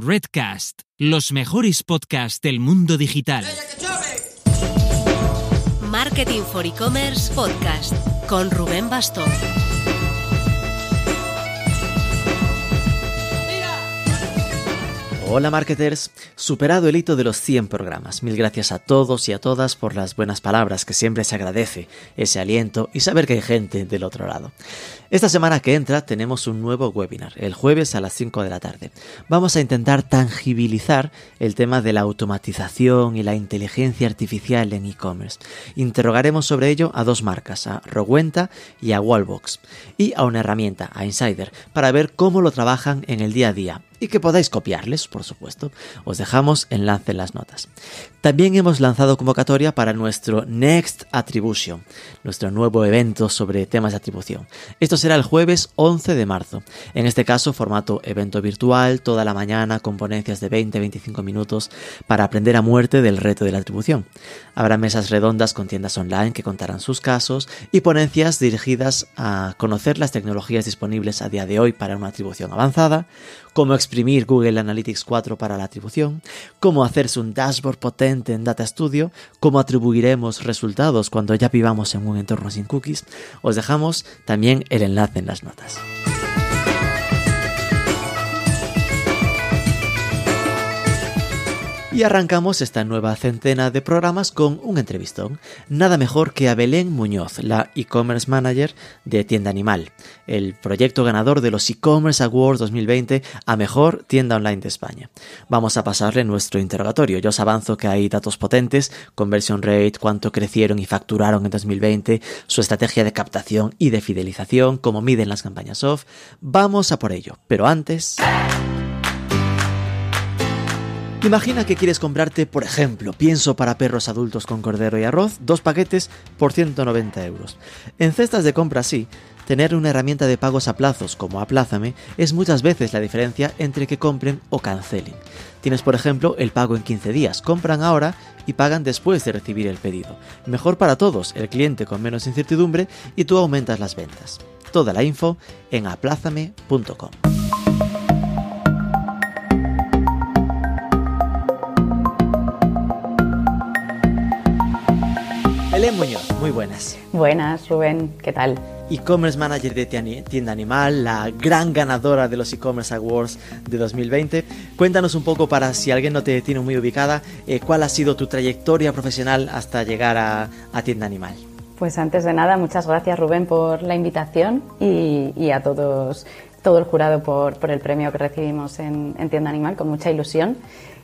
Redcast, los mejores podcasts del mundo digital. Marketing for E-Commerce Podcast con Rubén Bastón. Hola marketers, superado el hito de los 100 programas. Mil gracias a todos y a todas por las buenas palabras, que siempre se agradece ese aliento y saber que hay gente del otro lado. Esta semana que entra tenemos un nuevo webinar, el jueves a las 5 de la tarde. Vamos a intentar tangibilizar el tema de la automatización y la inteligencia artificial en e-commerce. Interrogaremos sobre ello a dos marcas, a Rowenta y a Wallbox, y a una herramienta, a Insider, para ver cómo lo trabajan en el día a día. Y que podáis copiarles, por supuesto. Os dejamos enlace en las notas. También hemos lanzado convocatoria para nuestro Next Attribution, nuestro nuevo evento sobre temas de atribución. Esto será el jueves 11 de marzo. En este caso, formato evento virtual, toda la mañana, con ponencias de 20-25 minutos para aprender a muerte del reto de la atribución. Habrá mesas redondas con tiendas online que contarán sus casos y ponencias dirigidas a conocer las tecnologías disponibles a día de hoy para una atribución avanzada, cómo exprimir Google Analytics 4 para la atribución, cómo hacerse un dashboard potente en Data Studio, cómo atribuiremos resultados cuando ya vivamos en un entorno sin cookies. Os dejamos también el enlace en las notas. Y arrancamos esta nueva centena de programas con un entrevistón. Nada mejor que a Belén Muñoz, la e-commerce manager de Tienda Animal, el proyecto ganador de los e-commerce awards 2020 a mejor tienda online de España. Vamos a pasarle nuestro interrogatorio. Yo os avanzo que hay datos potentes, conversion rate, cuánto crecieron y facturaron en 2020, su estrategia de captación y de fidelización, cómo miden las campañas off. Vamos a por ello, pero antes... Imagina que quieres comprarte, por ejemplo, pienso para perros adultos con cordero y arroz, 2 paquetes por 190 euros. En cestas de compra sí, tener una herramienta de pagos a plazos como Aplázame es muchas veces la diferencia entre que compren o cancelen. Tienes, por ejemplo, el pago en 15 días, compran ahora y pagan después de recibir el pedido. Mejor para todos, el cliente con menos incertidumbre y tú aumentas las ventas. Toda la info en aplázame.com. Belén Muñoz, muy buenas. Buenas, Rubén, ¿qué tal? E-commerce manager de Tienda Animal, la gran ganadora de los e-commerce awards de 2020. Cuéntanos un poco, para si alguien no te tiene muy ubicada, cuál ha sido tu trayectoria profesional hasta llegar a Tienda Animal. Pues antes de nada, muchas gracias, Rubén, por la invitación y a todos, todo el jurado por el premio que recibimos en Tienda Animal, con mucha ilusión.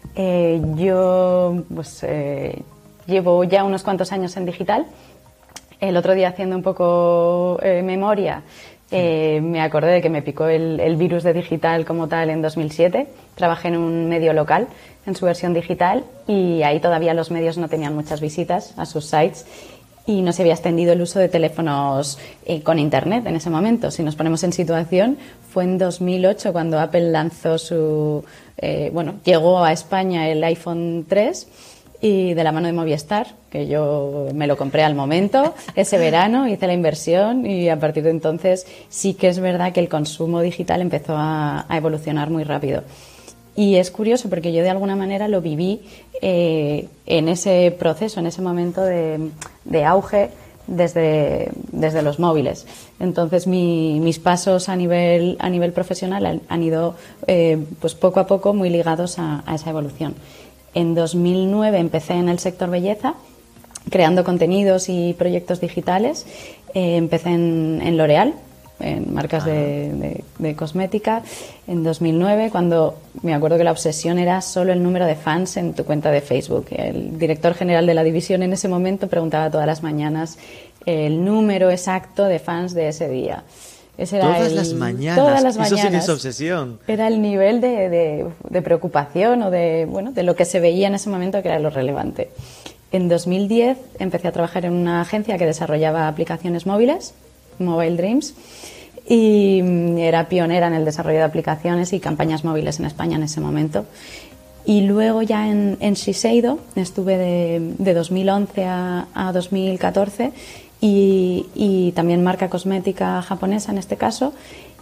Yo llevo ya unos cuantos años en digital. El otro día, haciendo un poco memoria, me acordé de que me picó el virus de digital como tal en 2007. Trabajé en un medio local, en su versión digital, y ahí todavía los medios no tenían muchas visitas a sus sites y no se había extendido el uso de teléfonos con internet en ese momento. Si nos ponemos en situación, fue en 2008 cuando Apple lanzó llegó a España el iPhone 3, y de la mano de Movistar, que yo me lo compré al momento, ese verano hice la inversión, y a partir de entonces sí que es verdad que el consumo digital empezó a evolucionar muy rápido. Y es curioso porque yo de alguna manera lo viví en ese proceso, en ese momento de auge desde los móviles. Entonces mis pasos a nivel profesional han ido pues poco a poco muy ligados a esa evolución. En 2009 empecé en el sector belleza, creando contenidos y proyectos digitales. Empecé en L'Oréal, en marcas de cosmética, en 2009, cuando me acuerdo que la obsesión era solo el número de fans en tu cuenta de Facebook. El director general de la división en ese momento preguntaba todas las mañanas el número exacto de fans de ese día. Todas las mañanas. Eso sí que es obsesión. Era el nivel de preocupación o de lo que se veía en ese momento, que era lo relevante. En 2010 empecé a trabajar en una agencia que desarrollaba aplicaciones móviles, Mobile Dreams, y era pionera en el desarrollo de aplicaciones y campañas móviles en España en ese momento. Y luego ya en Shiseido estuve de 2011 a 2014, y también marca cosmética japonesa en este caso,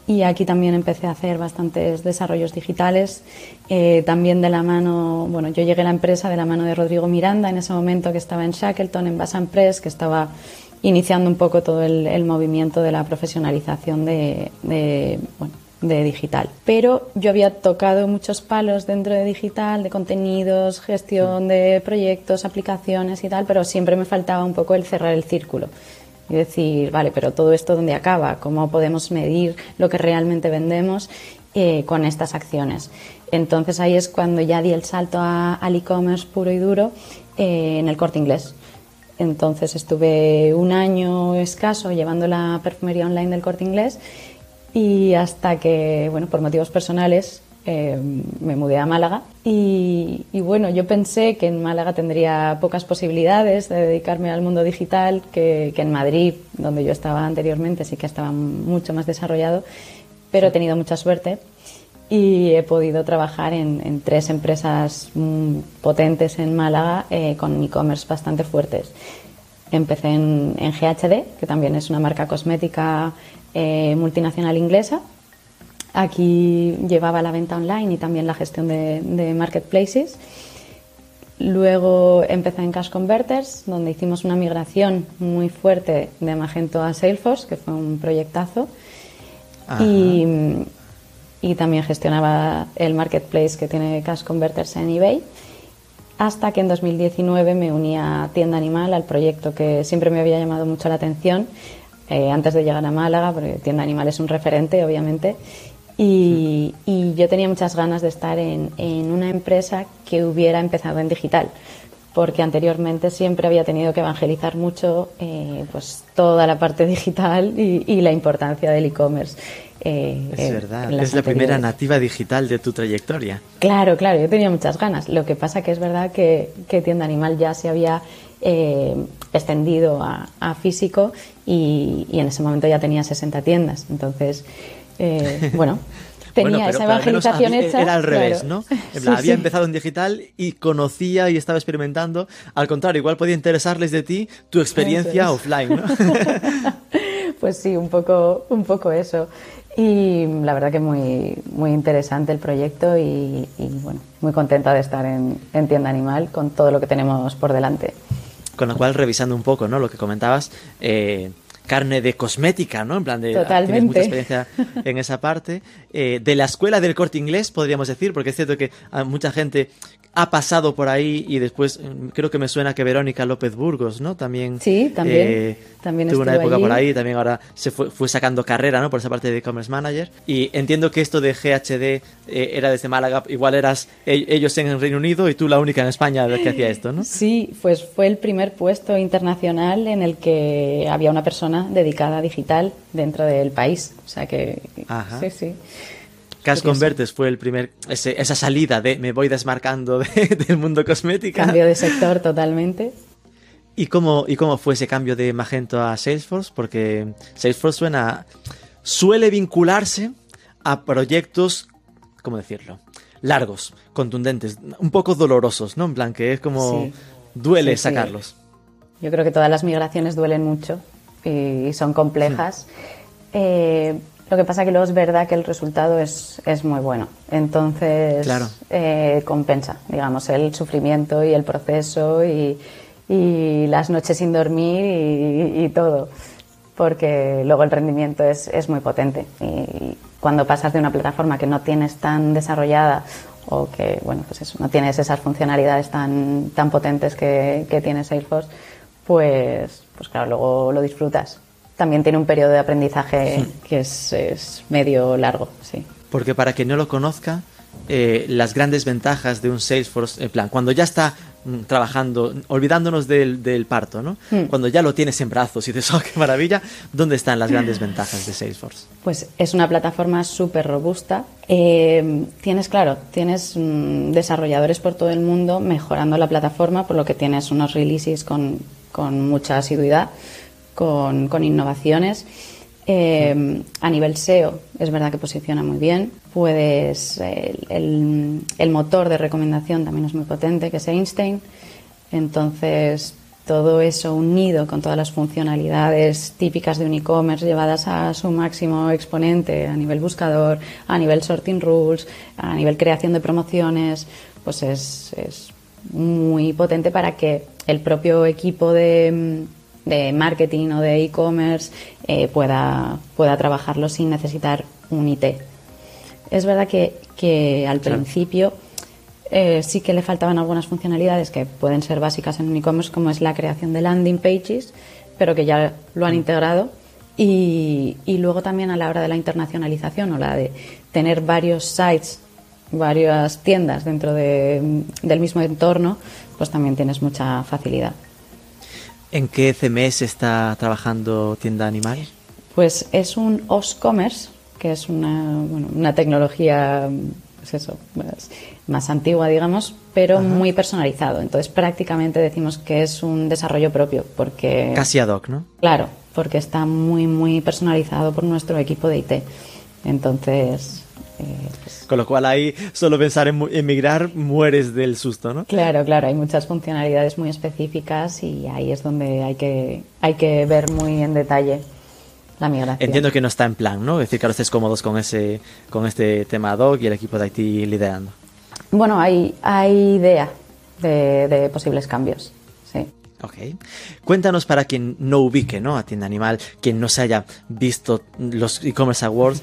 y aquí también empecé a hacer bastantes desarrollos digitales, también de la mano, bueno, yo llegué a la empresa de la mano de Rodrigo Miranda en ese momento, que estaba en Shackleton, en Bass & Press, que estaba iniciando un poco todo el movimiento de la profesionalización de digital. Pero yo había tocado muchos palos dentro de digital, de contenidos, gestión de proyectos, aplicaciones y tal, pero siempre me faltaba un poco el cerrar el círculo y decir, vale, pero todo esto ¿dónde acaba? ¿Cómo podemos medir lo que realmente vendemos con estas acciones? Entonces ahí es cuando ya di el salto al e-commerce puro y duro en el Corte Inglés. Entonces estuve un año escaso llevando la perfumería online del Corte Inglés, y hasta que, bueno, por motivos personales me mudé a Málaga y bueno, yo pensé que en Málaga tendría pocas posibilidades de dedicarme al mundo digital, que en Madrid, donde yo estaba anteriormente, sí que estaba mucho más desarrollado, pero he tenido mucha suerte y he podido trabajar en 3 empresas potentes en Málaga con e-commerce bastante fuertes. Empecé en GHD, que también es una marca cosmética multinacional inglesa. Aquí llevaba la venta online y también la gestión de marketplaces. Luego empecé en Cash Converters, donde hicimos una migración muy fuerte de Magento a Salesforce, que fue un proyectazo. Y también gestionaba el marketplace que tiene Cash Converters en eBay. Hasta que en 2019 me uní a Tienda Animal, al proyecto que siempre me había llamado mucho la atención, antes de llegar a Málaga, porque Tienda Animal es un referente, obviamente, y yo tenía muchas ganas de estar en una empresa que hubiera empezado en digital, porque anteriormente siempre había tenido que evangelizar mucho pues toda la parte digital y la importancia del e-commerce. Es verdad, es la primera nativa digital de tu trayectoria. Claro, yo tenía muchas ganas. Lo que pasa que es verdad que Tienda Animal ya se había extendido a físico y en ese momento ya tenía 60 tiendas. Entonces, bueno, tenía esa evangelización hecha. Era al revés, claro. ¿no? Había empezado en digital y conocía y estaba experimentando. Al contrario, igual podía interesarles de ti tu experiencia offline, ¿no? Pues sí, un poco eso. Y la verdad que muy, muy interesante el proyecto y bueno, muy contenta de estar en Tienda Animal con todo lo que tenemos por delante. Con lo cual, revisando un poco, ¿no?, lo que comentabas, carne de cosmética, ¿no? En plan de... Totalmente. Tienes mucha experiencia en esa parte. De la escuela del Corte Inglés, podríamos decir, porque es cierto que mucha gente ha pasado por ahí y después creo que me suena que Verónica López Burgos, ¿no? También. Sí, también tuvo una época allí. por ahí, también ahora se fue sacando carrera, ¿no?, por esa parte de e-commerce manager. Y entiendo que esto de GHD era desde Málaga, igual eras ellos en el Reino Unido y tú la única en España que hacía esto, ¿no? Sí, pues fue el primer puesto internacional en el que había una persona dedicada a digital dentro del país. O sea que... Ajá. Sí. Cash Converters fue el primer, esa salida de me voy desmarcando del mundo cosmética. Cambio de sector totalmente. ¿Y cómo fue ese cambio de Magento a Salesforce? Porque Salesforce suele vincularse a proyectos, ¿cómo decirlo?, largos, contundentes, un poco dolorosos, ¿no? En plan que es como Sí. duele sacarlos. Yo creo que todas las migraciones duelen mucho y son complejas. Lo que pasa que luego es verdad que el resultado es muy bueno. Entonces, claro, compensa, digamos, el sufrimiento y el proceso y las noches sin dormir y todo. Porque luego el rendimiento es muy potente. Y cuando pasas de una plataforma que no tienes tan desarrollada o que, bueno, pues eso, no tienes esas funcionalidades tan potentes que tiene Salesforce, pues claro, luego lo disfrutas. También tiene un periodo de aprendizaje que es medio largo, sí. Porque para quien no lo conozca, las grandes ventajas de un Salesforce, en plan, cuando ya está trabajando, olvidándonos del parto, ¿no? Cuando ya lo tienes en brazos y dices, ¡oh, qué maravilla! ¿Dónde están las grandes ventajas de Salesforce? Pues es una plataforma súper robusta. Tienes desarrolladores por todo el mundo mejorando la plataforma, por lo que tienes unos releases con mucha asiduidad, con innovaciones. A nivel SEO es verdad que posiciona muy bien. El motor de recomendación también es muy potente, que es Einstein. Entonces todo eso unido con todas las funcionalidades típicas de un e-commerce llevadas a su máximo exponente a nivel buscador, a nivel sorting rules, a nivel creación de promociones, pues es muy potente para que el propio equipo de marketing o de e-commerce pueda trabajarlo sin necesitar un IT. Es verdad que al principio sí que le faltaban algunas funcionalidades que pueden ser básicas en un e-commerce, como es la creación de landing pages, pero que ya lo han integrado. Y luego también a la hora de la internacionalización o la de tener varios sites, varias tiendas dentro del mismo entorno, pues también tienes mucha facilidad. ¿En qué CMS está trabajando Tienda Animal? Pues es un OS-commerce, que es una tecnología, pues eso, más antigua, digamos, pero muy personalizado. Entonces prácticamente decimos que es un desarrollo propio, porque... Casi ad hoc, ¿no? Claro, porque está muy, muy personalizado por nuestro equipo de IT. Entonces... Con lo cual ahí solo pensar en migrar mueres del susto, ¿no? Claro, hay muchas funcionalidades muy específicas y ahí es donde hay que ver muy en detalle la migración. Entiendo que no está en plan, ¿no? Es decir, que ahora estés cómodos con este tema ad hoc y el equipo de IT liderando. Bueno, hay idea de posibles cambios, sí. Ok. Cuéntanos para quien no ubique, ¿no?, a Tienda Animal, quien no se haya visto los e-commerce awards,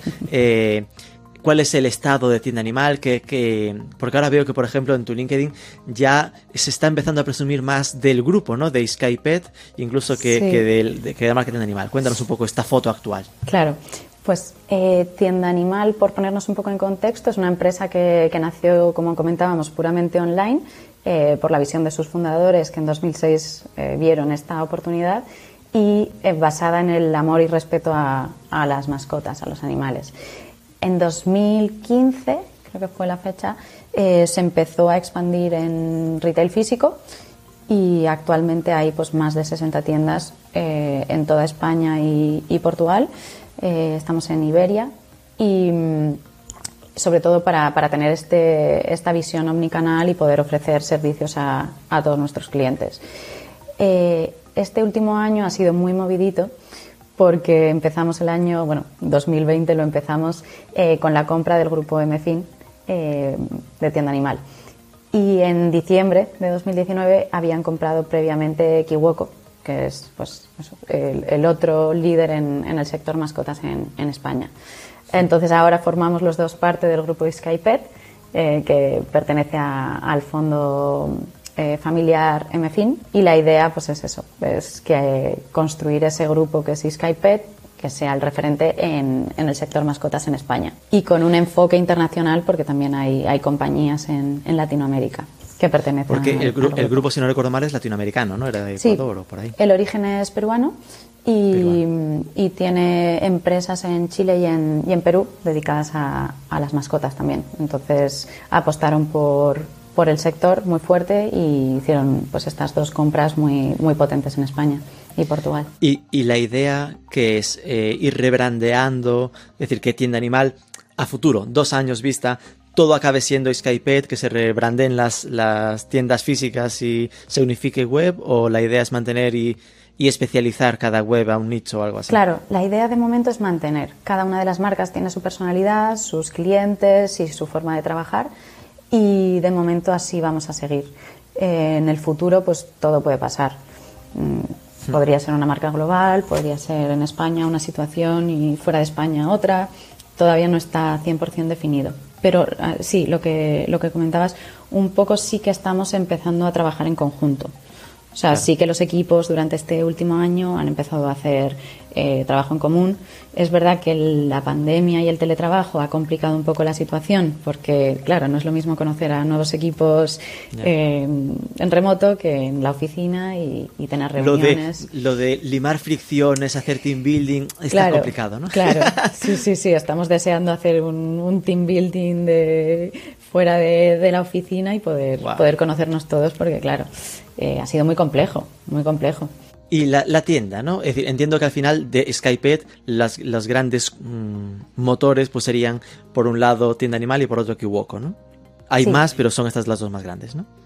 ¿cuál es el estado de Tienda Animal? Porque ahora veo que, por ejemplo, en tu LinkedIn ya se está empezando a presumir más del grupo, ¿no?, de SkyPet, incluso que de marca Tienda Animal. Cuéntanos un poco esta foto actual. Claro, pues Tienda Animal, por ponernos un poco en contexto, es una empresa que nació, como comentábamos, puramente online, por la visión de sus fundadores, que en 2006 vieron esta oportunidad, y basada en el amor y respeto a las mascotas, a los animales. En 2015, creo que fue la fecha, se empezó a expandir en retail físico y actualmente hay pues más de 60 tiendas en toda España y Portugal. Estamos en Iberia y sobre todo para tener esta visión omnicanal y poder ofrecer servicios a todos nuestros clientes. Este último año ha sido muy movidito, porque empezamos el año, 2020 lo empezamos con la compra del grupo MFin de Tienda Animal. Y en diciembre de 2019 habían comprado previamente Kiwoko, que es pues el otro líder en el sector mascotas en España. Entonces ahora formamos los dos parte del grupo SkyPet, que pertenece al fondo familiar MFin, y la idea pues es eso, es que construir ese grupo que es SkyPet, que sea el referente en el sector mascotas en España, y con un enfoque internacional, porque también hay compañías en Latinoamérica que pertenecen porque al grupo. El grupo, si no recuerdo mal, es latinoamericano, ¿no? Era de Ecuador o por ahí. El origen es peruano y tiene empresas en Chile y en Perú dedicadas a las mascotas también. Entonces apostaron por el sector muy fuerte y hicieron pues estas dos compras muy, muy potentes en España y Portugal. Y la idea que es ir rebrandeando, es decir, que Tienda Animal a futuro, 2 años vista, todo acabe siendo SkyPet, que se rebranden las tiendas físicas y se unifique web, o la idea es mantener y especializar cada web a un nicho o algo así. Claro, la idea de momento es mantener. Cada una de las marcas tiene su personalidad, sus clientes y su forma de trabajar, y de momento así vamos a seguir. En el futuro pues todo puede pasar. Podría ser una marca global, podría ser en España una situación y fuera de España otra. Todavía no está 100% definido. Pero sí, lo que comentabas, un poco sí que estamos empezando a trabajar en conjunto. O sea, sí que los equipos durante este último año han empezado a hacer trabajo en común. Es verdad que la pandemia y el teletrabajo ha complicado un poco la situación, porque, claro, no es lo mismo conocer a nuevos equipos en remoto que en la oficina y tener reuniones. Lo de limar fricciones, hacer team building, está complicado, ¿no? Claro, sí. Estamos deseando hacer un team building fuera de la oficina y poder conocernos todos, porque, claro, ha sido muy complejo, muy complejo. Y la tienda, ¿no? Es decir, entiendo que al final de SkyPet los grandes motores pues serían, por un lado, Tienda Animal y por otro Kiwoko, ¿no? Hay más, pero son estas las dos más grandes, ¿no?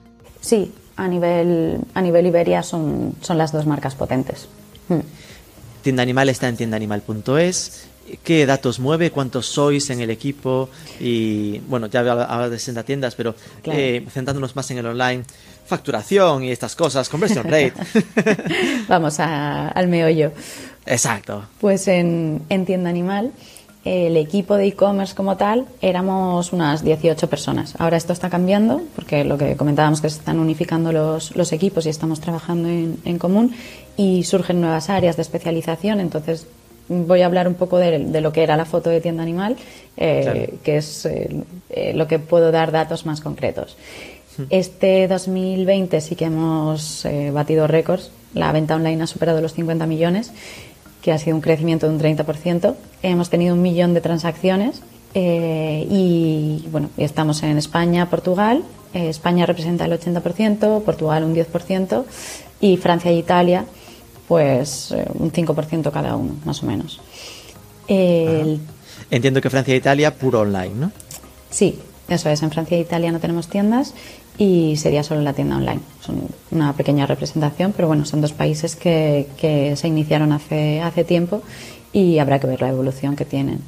Sí, a nivel Iberia son las dos marcas potentes. Tienda Animal está en tiendaanimal.es. ¿Qué datos mueve? ¿Cuántos sois en el equipo? Y bueno, ya hablo de 60 tiendas, pero claro, centrándonos más en el online, facturación y estas cosas, conversion rate. Vamos al meollo. Exacto. Pues en Tienda Animal, el equipo de e-commerce como tal, éramos unas 18 personas. Ahora esto está cambiando, porque lo que comentábamos que se están unificando los equipos y estamos trabajando en común y surgen nuevas áreas de especialización, entonces voy a hablar un poco de lo que era la foto de Tienda Animal, claro, que es lo que puedo dar datos más concretos. Este 2020 sí que hemos batido récords. La venta online ha superado los 50 millones, que ha sido un crecimiento de un 30%. Hemos tenido 1 millón de transacciones y bueno, estamos en España, Portugal. España representa el 80%, Portugal un 10% y Francia e Italia pues un 5% cada uno, más o menos. Entiendo que Francia e Italia puro online, ¿no? Sí, eso es. En Francia e Italia no tenemos tiendas y sería solo la tienda online. Son una pequeña representación, pero bueno, son dos países que se iniciaron hace tiempo y habrá que ver la evolución que tienen.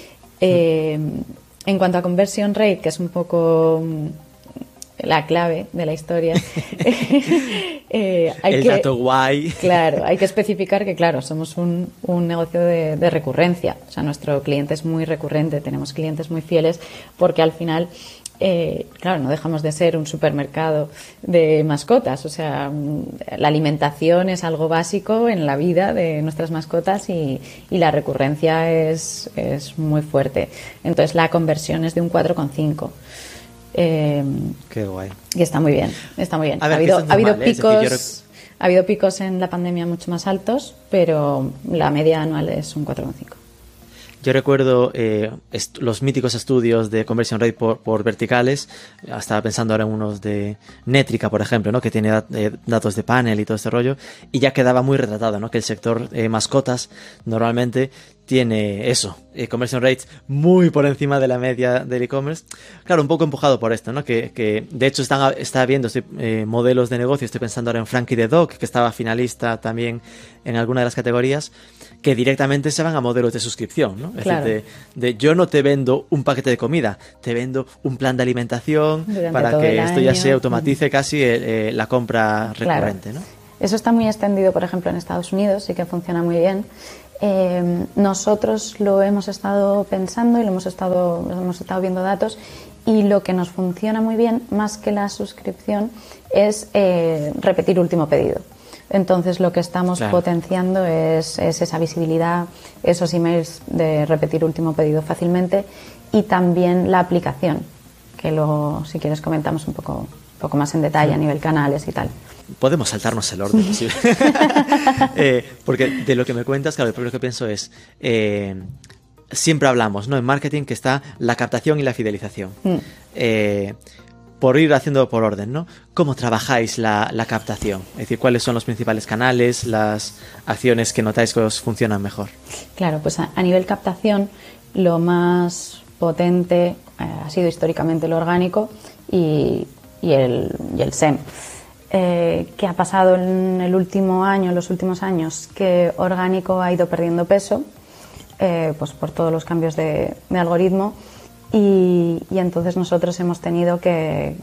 En cuanto a conversion rate, que es un poco la clave de la historia, dato guay. Claro, hay que especificar que, claro, somos un negocio de recurrencia. O sea, nuestro cliente es muy recurrente, tenemos clientes muy fieles porque al final, claro, no dejamos de ser un supermercado de mascotas. O sea, la alimentación es algo básico en la vida de nuestras mascotas y la recurrencia es muy fuerte. Entonces, la conversión es de un 4,5. Qué guay. Y está muy bien, está muy bien. A ver, ha habido picos, ha habido picos en la pandemia mucho más altos, pero la media anual es un 4,5. Yo recuerdo los míticos estudios de conversion rate por verticales. Estaba pensando ahora en unos de Nétrica, por ejemplo, ¿no? Que tiene datos de panel y todo este rollo. Y ya quedaba muy retratado, ¿no? Que el sector mascotas normalmente tiene eso, conversion rates muy por encima de la media del e-commerce. Claro, un poco empujado por esto, ¿no? Que de hecho está viendo modelos de negocio. Estoy pensando ahora en Frankie the Dog, que estaba finalista también en alguna de las categorías, que directamente se van a modelos de suscripción, ¿no? Claro. Es decir, yo no te vendo un paquete de comida, te vendo un plan de alimentación para que esto ya se automatice casi la compra recurrente, claro, ¿no? Eso está muy extendido, por ejemplo, en Estados Unidos, sí que funciona muy bien. Nosotros lo hemos estado pensando y hemos estado viendo datos, y lo que nos funciona muy bien, más que la suscripción, es repetir último pedido. Entonces lo que estamos potenciando es esa visibilidad, esos emails de repetir último pedido fácilmente, y también la aplicación, que luego, si quieres, comentamos un poco más en detalle a nivel canales y tal. Podemos saltarnos el orden, ¿sí? Porque de lo que me cuentas, claro, lo primero que pienso es, siempre hablamos, ¿no? En marketing, que está la captación y la fidelización. Por ir haciendo por orden, ¿no? ¿Cómo trabajáis la captación? Es decir, ¿cuáles son los principales canales, las acciones que notáis que os funcionan mejor? Claro, pues a nivel captación, lo más potente ha sido históricamente el orgánico y el SEM. ¿Qué ha pasado en los últimos años? Que orgánico ha ido perdiendo peso, pues por todos los cambios de algoritmo, y entonces nosotros hemos tenido que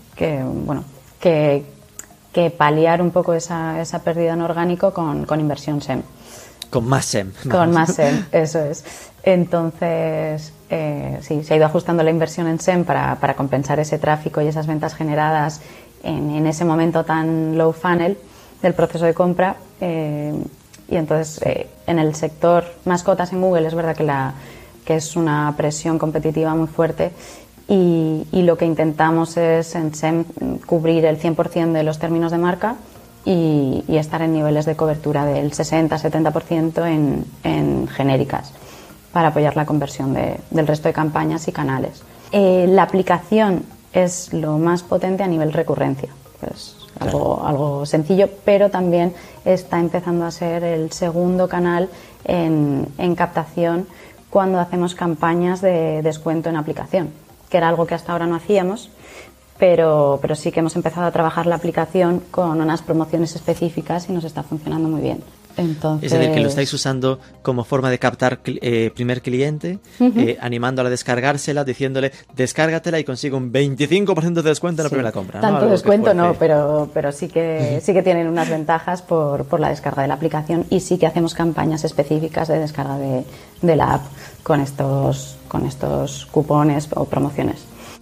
paliar un poco esa pérdida en orgánico con inversión SEM. Con más SEM. Con más SEM, eso es. Entonces, sí, se ha ido ajustando la inversión en SEM para compensar ese tráfico y esas ventas generadas en ese momento tan low funnel del proceso de compra. Y entonces, en el sector mascotas en Google es verdad que es una presión competitiva muy fuerte, y lo que intentamos es en SEM cubrir el 100% de los términos de marca y estar en niveles de cobertura del 60-70% en genéricas, para apoyar la conversión del resto de campañas y canales. La aplicación es lo más potente a nivel recurrencia. Pues algo sencillo, pero también está empezando a ser el segundo canal en captación cuando hacemos campañas de descuento en aplicación, que era algo que hasta ahora no hacíamos, pero sí que hemos empezado a trabajar la aplicación con unas promociones específicas y nos está funcionando muy bien. Entonces... Es decir, que lo estáis usando como forma de captar primer cliente, animándole a descargársela, diciéndole descárgatela y consigue un 25% de descuento en la primera compra. Tanto Algo descuento no, pero sí que tienen unas ventajas por la descarga de la aplicación, y sí que hacemos campañas específicas de descarga de la app con estos cupones o promociones.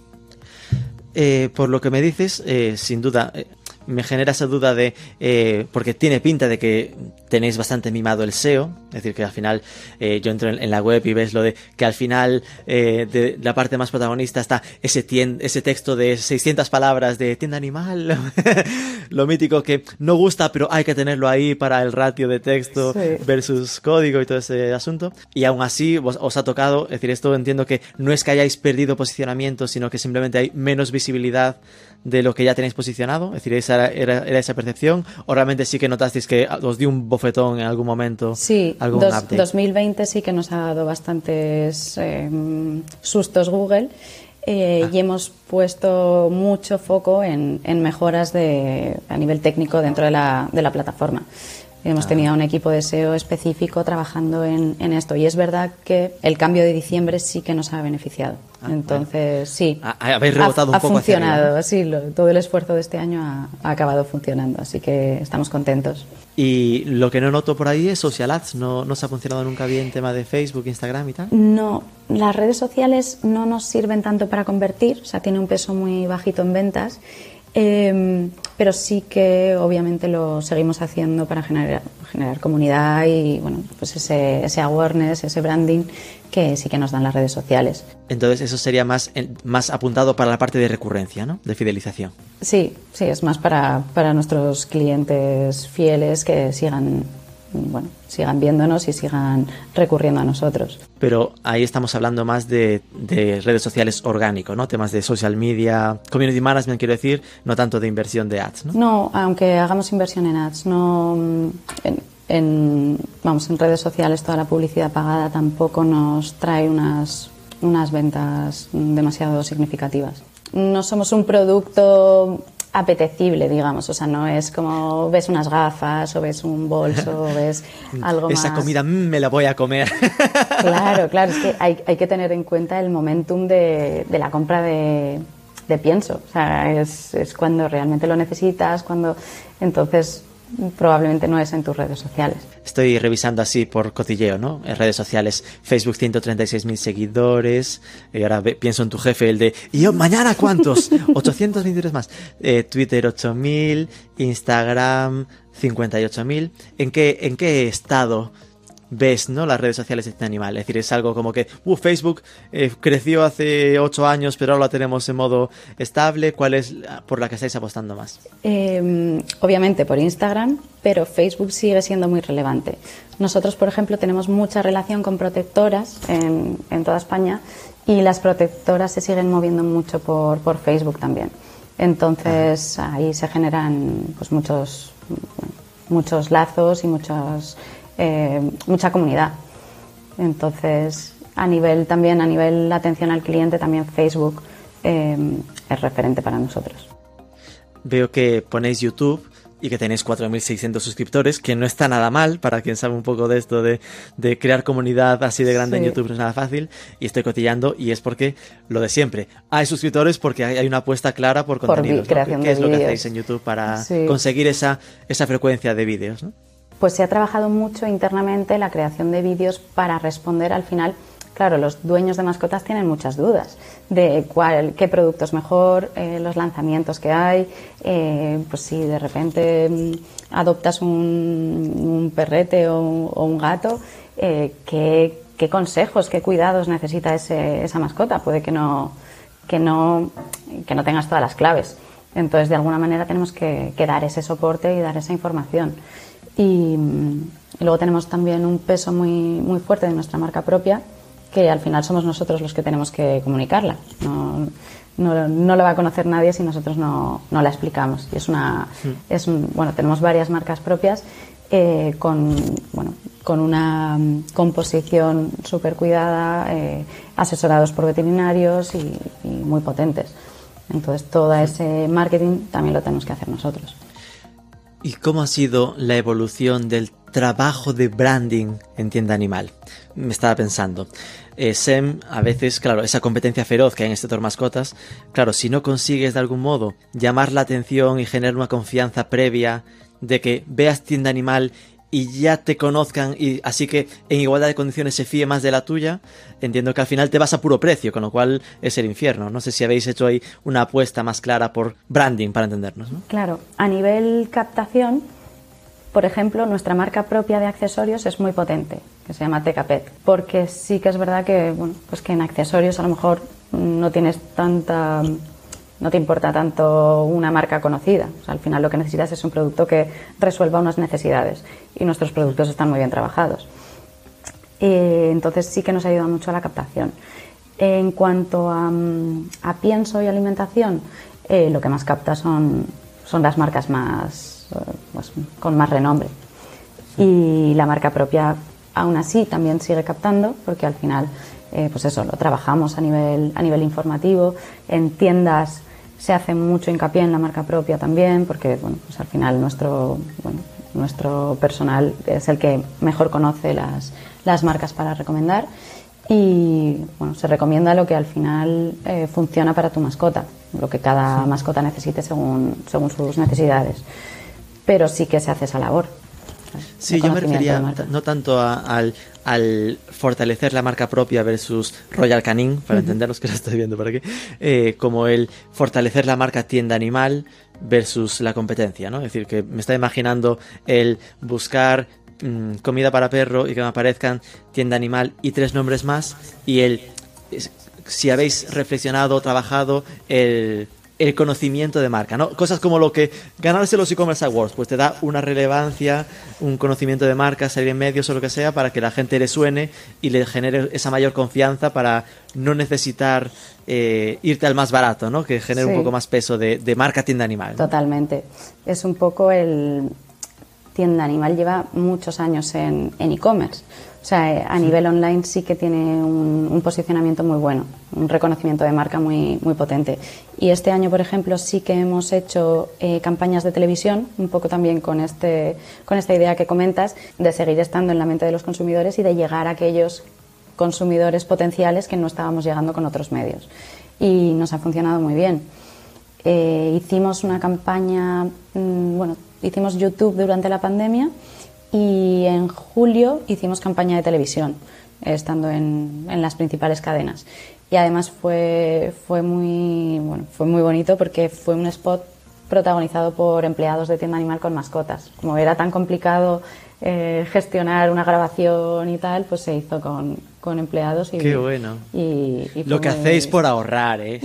Por lo que me dices, sin duda... me genera esa duda de, porque tiene pinta de que tenéis bastante mimado el SEO, es decir, que al final yo entro en la web y ves lo de que al final de la parte más protagonista está ese texto de 600 palabras de tienda animal, lo mítico que no gusta, pero hay que tenerlo ahí para el ratio de texto versus código y todo ese asunto, y aún así os ha tocado, es decir, esto entiendo que no es que hayáis perdido posicionamiento, sino que simplemente hay menos visibilidad de lo que ya tenéis posicionado, es decir, esa era esa percepción, o realmente sí que notasteis que os dio un bofetón en algún momento. Sí, algún update. 2020 sí que nos ha dado bastantes sustos Google, y hemos puesto mucho foco en mejoras a nivel técnico dentro de la plataforma. Hemos tenido un equipo de SEO específico trabajando en esto, y es verdad que el cambio de diciembre sí que nos ha beneficiado. Entonces, sí, habéis rebotado un poco hacia arriba, ¿no? Ha funcionado, sí, todo el esfuerzo de este año ha acabado funcionando, así que estamos contentos. Y lo que no noto por ahí es Social Ads, ¿no os ha funcionado nunca bien el tema de Facebook, Instagram y tal? No, las redes sociales no nos sirven tanto para convertir, o sea, tiene un peso muy bajito en ventas. Pero sí que obviamente lo seguimos haciendo para generar comunidad y bueno, pues ese awareness, ese branding que sí que nos dan las redes sociales. Entonces eso sería más apuntado para la parte de recurrencia, ¿no? De fidelización. Sí, es más para nuestros clientes fieles que sigan viéndonos y sigan recurriendo a nosotros. Pero ahí estamos hablando más de redes sociales orgánico, ¿no? Temas de social media, community management, quiero decir, no tanto de inversión de ads, ¿no? No, aunque hagamos inversión en ads, no en redes sociales toda la publicidad pagada tampoco nos trae unas ventas demasiado significativas. No somos un producto apetecible, digamos, o sea, no es como ves unas gafas o ves un bolso o ves algo más. Esa comida me la voy a comer. Claro, es que hay que tener en cuenta el momentum de la compra de pienso, o sea, es cuando realmente lo necesitas, entonces probablemente no es en tus redes sociales. Estoy revisando así por cotilleo, ¿no? En redes sociales, Facebook 136.000 seguidores, y ahora pienso en tu jefe, el de ¿y yo mañana cuántos? 823 más. Twitter 8.000, Instagram 58.000. ¿En qué estado ves, ¿no?, las redes sociales de este animal? Es decir, es algo como que Facebook creció hace 8 años, pero ahora la tenemos en modo estable. ¿Cuál es por la que estáis apostando más? Obviamente por Instagram, pero Facebook sigue siendo muy relevante. Nosotros, por ejemplo, tenemos mucha relación con protectoras en toda España, y las protectoras se siguen moviendo mucho por Facebook también. Entonces ahí se generan pues muchos lazos y mucha comunidad. Entonces, a nivel de atención al cliente, también Facebook es referente para nosotros. Veo que ponéis YouTube y que tenéis 4.600 suscriptores, que no está nada mal para quien sabe un poco de esto de crear comunidad así de grande en YouTube. No es nada fácil, y estoy cotillando, y es porque lo de siempre, hay suscriptores porque hay una apuesta clara por contenidos, ¿no? ¿Qué es lo que hacéis en YouTube para conseguir esa frecuencia de vídeos, ¿no? Pues se ha trabajado mucho internamente la creación de vídeos para responder al final. Claro, los dueños de mascotas tienen muchas dudas de qué producto es mejor, los lanzamientos que hay, pues si de repente adoptas un perrete o un gato, qué consejos, qué cuidados necesita esa mascota. Puede que no tengas todas las claves. Entonces, de alguna manera tenemos que dar ese soporte y dar esa información. Y luego tenemos también un peso muy, muy fuerte de nuestra marca propia, que al final somos nosotros los que tenemos que comunicarla. No la va a conocer nadie si nosotros no la explicamos. Y tenemos varias marcas propias con una composición súper cuidada, asesorados por veterinarios y muy potentes. Entonces, todo ese marketing también lo tenemos que hacer nosotros. ¿Y cómo ha sido la evolución del trabajo de branding en Tienda Animal? Me estaba pensando. Sem, a veces, claro, esa competencia feroz que hay en este sector mascotas, claro, si no consigues de algún modo llamar la atención y generar una confianza previa de que veas Tienda Animal y ya te conozcan, y así que en igualdad de condiciones se fíe más de la tuya, entiendo que al final te vas a puro precio, con lo cual es el infierno. No sé si habéis hecho ahí una apuesta más clara por branding, para entendernos, ¿no? Claro, a nivel captación, por ejemplo, nuestra marca propia de accesorios es muy potente, que se llama Tecapet, porque sí que es verdad que, bueno, pues que en accesorios a lo mejor no te importa tanto una marca conocida. O sea, al final lo que necesitas es un producto que resuelva unas necesidades, y nuestros productos están muy bien trabajados. Entonces sí que nos ayuda mucho a la captación. En cuanto a pienso y alimentación, lo que más capta son las marcas más con más renombre. Y la marca propia aún así también sigue captando, porque al final pues eso, lo trabajamos a nivel informativo. En tiendas se hace mucho hincapié en la marca propia también, porque bueno, pues al final nuestro personal es el que mejor conoce las marcas para recomendar, y bueno, se recomienda lo que al final funciona para tu mascota, lo que cada mascota necesite según sus necesidades. Pero sí que se hace esa labor. Sí, yo me refería no tanto al fortalecer la marca propia versus Royal Canin, para entenderlos, que lo estoy viendo por aquí, como el fortalecer la marca Tienda Animal versus la competencia, ¿no? Es decir, que me está imaginando el buscar comida para perro y que me aparezcan Tienda Animal y 3 nombres más, y si habéis reflexionado o trabajado el conocimiento de marca, ¿no? Cosas como lo que ganarse los e-commerce awards, pues te da una relevancia, un conocimiento de marca, salir en medios o lo que sea, para que la gente le suene y le genere esa mayor confianza, para no necesitar irte al más barato, ¿no? Que genere un poco más peso de marca Tienda Animal, ¿no? Totalmente. Es un poco Tienda Animal lleva muchos años en e-commerce. O sea, a nivel online sí que tiene un posicionamiento muy bueno, un reconocimiento de marca muy, muy potente. Y este año, por ejemplo, sí que hemos hecho campañas de televisión, un poco también con esta idea que comentas, de seguir estando en la mente de los consumidores y de llegar a aquellos consumidores potenciales que no estábamos llegando con otros medios. Y nos ha funcionado muy bien. Hicimos una campaña, hicimos YouTube durante la pandemia, y en julio hicimos campaña de televisión, estando en las principales cadenas. Y además fue muy bonito, porque fue un spot protagonizado por empleados de Tienda Animal con mascotas. Como era tan complicado gestionar una grabación y tal, pues se hizo con empleados. ¡Qué bueno! Y lo que hacéis por ahorrar, ¿eh?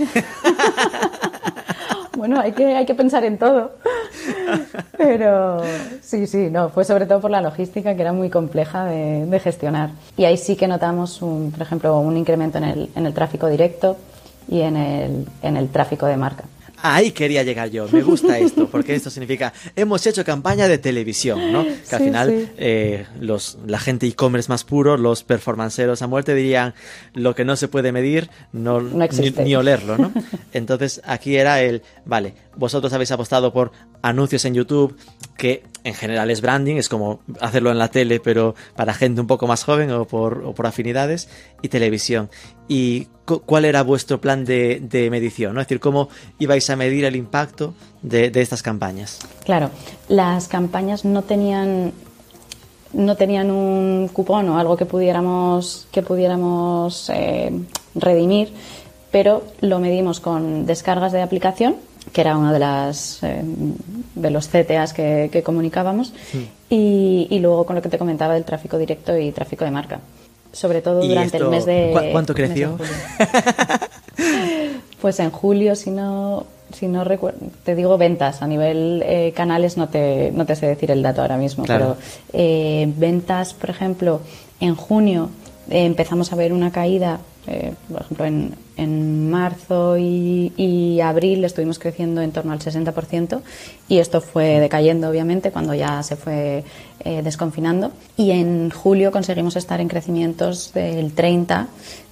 Bueno, hay que pensar en todo. Pero sí, no, fue sobre todo por la logística, que era muy compleja de gestionar. Y ahí sí que notamos, por ejemplo, un incremento en el tráfico directo y en el tráfico de marca. Ahí quería llegar yo, me gusta esto, porque esto significa, hemos hecho campaña de televisión, ¿no? Que al final la gente e-commerce más puro, los performanceros a muerte dirían, lo que no se puede medir, no ni olerlo, ¿no? Entonces aquí era vale, vosotros habéis apostado por anuncios en YouTube, que en general es branding, es como hacerlo en la tele, pero para gente un poco más joven o por afinidades, y televisión. ¿Y cuál era vuestro plan de medición, ¿no? Es decir, ¿cómo ibais a medir el impacto de estas campañas? Claro, las campañas no tenían un cupón o algo que pudiéramos redimir, pero lo medimos con descargas de aplicación, que era uno de los CTAs que comunicábamos, y luego con lo que te comentaba del tráfico directo y tráfico de marca. Sobre todo durante el mes de... ¿Cuánto creció? Pues en julio, si no recuerdo, te digo ventas. A nivel canales no te sé decir el dato ahora mismo, claro. Pero ventas, por ejemplo, en junio empezamos a ver una caída. Por ejemplo, en marzo y abril estuvimos creciendo en torno al 60%, y esto fue decayendo, obviamente, cuando ya se fue desconfinando. Y en julio conseguimos estar en crecimientos del 30%,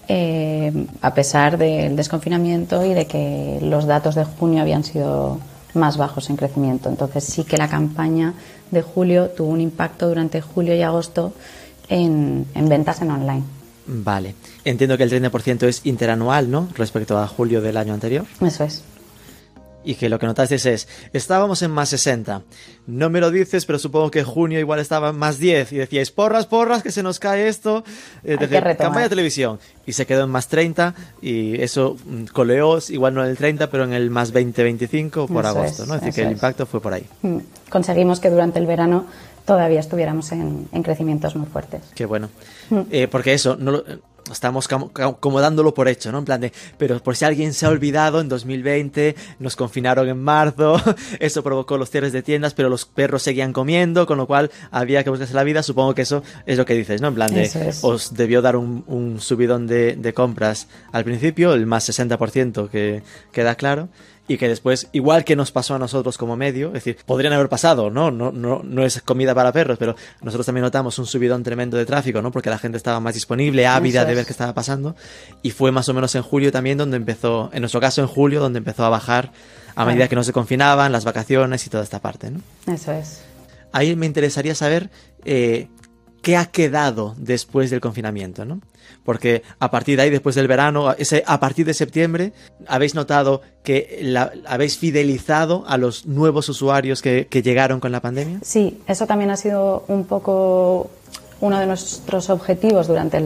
a pesar del desconfinamiento y de que los datos de junio habían sido más bajos en crecimiento. Entonces sí que la campaña de julio tuvo un impacto durante julio y agosto en ventas en online. Vale. Entiendo que el 30% es interanual, ¿no? Respecto a julio del año anterior. Eso es. Y que lo que notasteis es, estábamos en más 60. No me lo dices, pero supongo que junio igual estaba en más 10. Y decíais, porras, que se nos cae esto. Campaña de televisión. Y se quedó en más 30. Y eso coleó, igual no en el 30, pero en el más 20, 25 por Eso agosto, ¿no? Es decir, que el impacto fue por ahí. Conseguimos que durante el verano todavía estuviéramos en crecimientos muy fuertes. Qué bueno. Porque eso, no estamos como dándolo por hecho, ¿no? En plan de, pero por si alguien se ha olvidado, en 2020 nos confinaron en marzo, eso provocó los cierres de tiendas, pero los perros seguían comiendo, con lo cual había que buscarse la vida. Supongo que eso es lo que dices, ¿no? En plan de, os debió dar un subidón de compras al principio, el más 60% que queda claro. Y que después, igual que nos pasó a nosotros como medio, es decir, podrían haber pasado, ¿no? No es comida para perros, pero nosotros también notamos un subidón tremendo de tráfico, ¿no? Porque la gente estaba más disponible, ávida de ver qué estaba pasando. Y fue más o menos en julio también donde empezó, en nuestro caso en julio, donde empezó a bajar a medida que no se confinaban, las vacaciones y toda esta parte, ¿no? Eso es. Ahí me interesaría saber qué ha quedado después del confinamiento, ¿no? Porque a partir de ahí, después del verano, a partir de septiembre, ¿habéis notado que habéis fidelizado a los nuevos usuarios que llegaron con la pandemia? Sí, eso también ha sido un poco uno de nuestros objetivos durante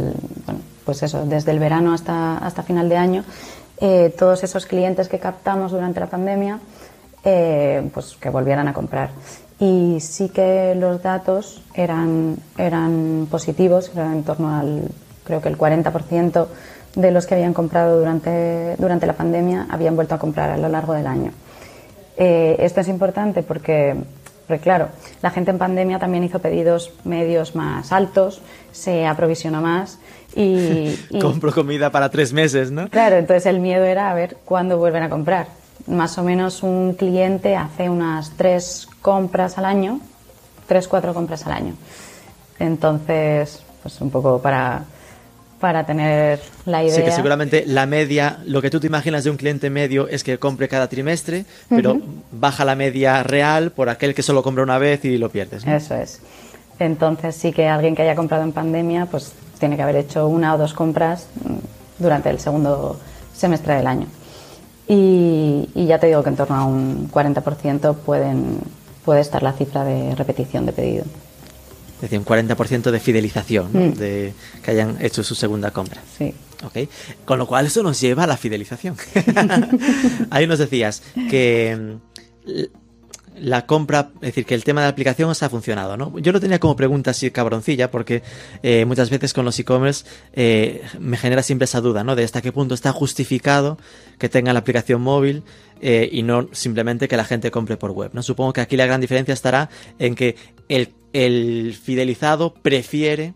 desde el verano hasta final de año. Todos esos clientes que captamos durante la pandemia, pues que volvieran a comprar. Y sí que los datos eran positivos, eran en torno al, creo que el 40% de los que habían comprado durante la pandemia habían vuelto a comprar a lo largo del año. Esto es importante porque, claro, la gente en pandemia también hizo pedidos medios más altos, se aprovisionó más y compro comida para 3 meses, ¿no? Claro, entonces el miedo era a ver cuándo vuelven a comprar. Más o menos un cliente hace unas 3 compras al año, 3-4 compras al año. Entonces, pues un poco para tener la idea. Sí, que seguramente la media, lo que tú te imaginas de un cliente medio es que compre cada trimestre, pero baja la media real por aquel que solo compra una vez y lo pierdes, ¿no? Eso es. Entonces sí que alguien que haya comprado en pandemia, pues tiene que haber hecho 1 o 2 compras durante el segundo semestre del año. Y ya te digo que en torno a un 40% puede estar la cifra de repetición de pedido. Es decir, un 40% de fidelización, ¿no? De que hayan hecho su segunda compra. Sí. Okay. Con lo cual eso nos lleva a la fidelización. Ahí nos decías que la compra, es decir, que el tema de la aplicación os ha funcionado, ¿no? Yo lo tenía como pregunta así cabroncilla porque muchas veces con los e-commerce me genera siempre esa duda, ¿no? De hasta qué punto está justificado que tenga la aplicación móvil y no simplemente que la gente compre por web, ¿no? Supongo que aquí la gran diferencia estará en que el fidelizado prefiere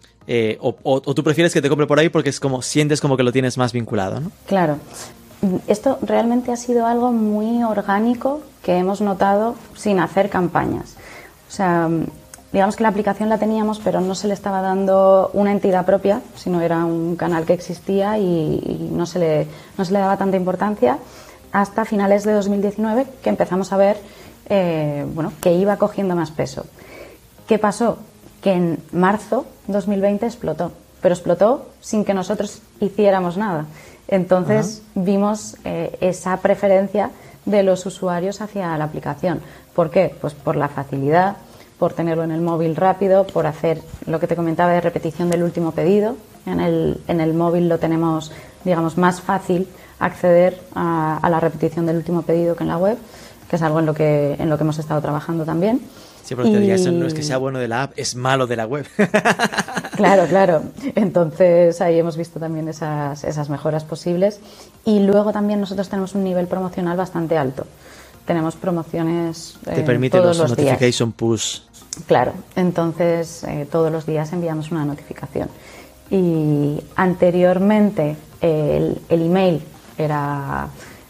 o tú prefieres que te compre por ahí porque es como sientes como que lo tienes más vinculado, ¿no? Claro. Esto realmente ha sido algo muy orgánico que hemos notado sin hacer campañas. O sea, digamos que la aplicación la teníamos, pero no se le estaba dando una entidad propia, sino era un canal que existía y no se le daba tanta importancia hasta finales de 2019, que empezamos a ver que iba cogiendo más peso. ¿Qué pasó? Que en marzo 2020 explotó, pero explotó sin que nosotros hiciéramos nada. Entonces vimos esa preferencia de los usuarios hacia la aplicación. ¿Por qué? Pues por la facilidad, por tenerlo en el móvil rápido, por hacer lo que te comentaba de repetición del último pedido. En el móvil lo tenemos, digamos, más fácil acceder a la repetición del último pedido que en la web, que es algo en lo que hemos estado trabajando también. Sí, pero te diría, eso no es que sea bueno de la app, es malo de la web. Claro. Entonces ahí hemos visto también esas mejoras posibles. Y luego también nosotros tenemos un nivel promocional bastante alto. Tenemos promociones te permite todos los notification días. Push. Claro, entonces todos los días enviamos una notificación. Y anteriormente el email era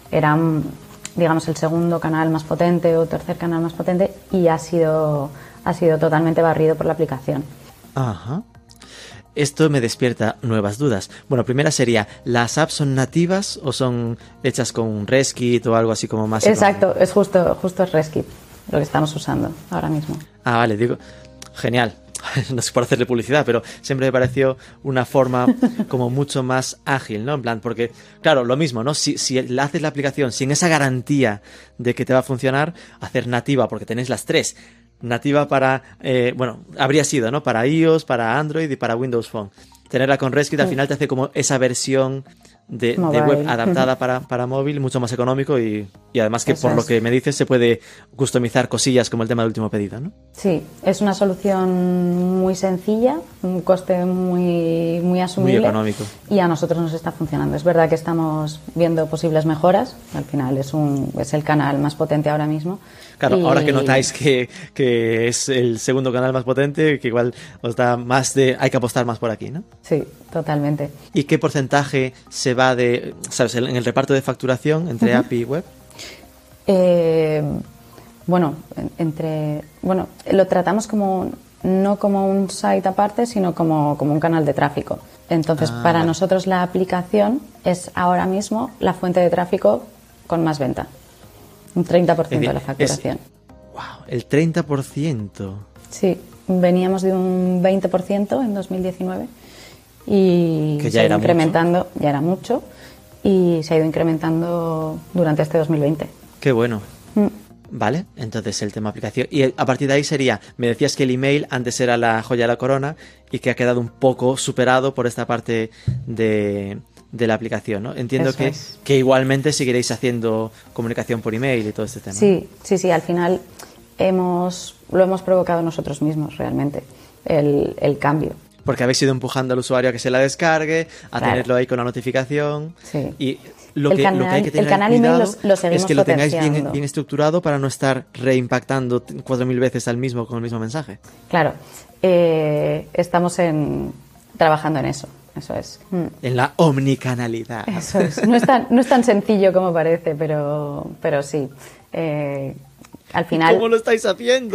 digamos el segundo canal más potente o tercer canal más potente y ha sido totalmente barrido por la aplicación. Ajá. esto me despierta nuevas dudas. Bueno, primera sería, ¿las apps son nativas o son hechas con ResKit o algo así como más Exacto, es justo es ResKit lo que estamos usando ahora mismo. Ah, vale, digo, genial. No sé por hacerle publicidad, pero siempre me pareció una forma como mucho más ágil, ¿no? En plan, porque, claro, lo mismo, ¿no? Si haces la aplicación sin esa garantía de que te va a funcionar, hacer nativa, porque tenéis las tres. Nativa para, habría sido, ¿no? Para iOS, para Android y para Windows Phone. Tenerla con ResKit al final te hace como esa versión de web adaptada para móvil, mucho más económico y además que por lo que me dices se puede customizar cosillas como el tema del último pedido, ¿no? Sí, es una solución muy sencilla, un coste muy asumible. Muy económico. Y a nosotros nos está funcionando. Es verdad que estamos viendo posibles mejoras, al final es el canal más potente ahora mismo. Claro, ahora que notáis que es el segundo canal más potente, que igual os da más hay que apostar más por aquí, ¿no? Sí, totalmente. ¿Y qué porcentaje se va en el reparto de facturación entre API y web? Lo tratamos no como un site aparte, sino como un canal de tráfico. Entonces, para nosotros la aplicación es ahora mismo la fuente de tráfico con más venta. Un 30% de la facturación. ¡Wow! El 30%. Sí, veníamos de un 20% en 2019 y que se ha ido incrementando, ya era mucho, y se ha ido incrementando durante este 2020. ¡Qué bueno! Vale, entonces el tema aplicación. Y a partir de ahí sería, me decías que el email antes era la joya de la corona y que ha quedado un poco superado por esta parte de la aplicación, ¿no? Entiendo que igualmente seguiréis haciendo comunicación por email y todo este tema. Sí, al final lo hemos provocado nosotros mismos realmente, el cambio. Porque habéis ido empujando al usuario a que se la descargue, tenerlo ahí con la notificación. Sí. Y lo que hay que tener canal cuidado email lo seguimos es que lo tengáis potenciando. bien estructurado para no estar reimpactando 4.000 veces con el mismo mensaje. Claro, estamos trabajando en eso. Eso es. En la omnicanalidad. Eso es. No es tan sencillo como parece, pero sí. Al final... ¿Cómo lo estáis haciendo?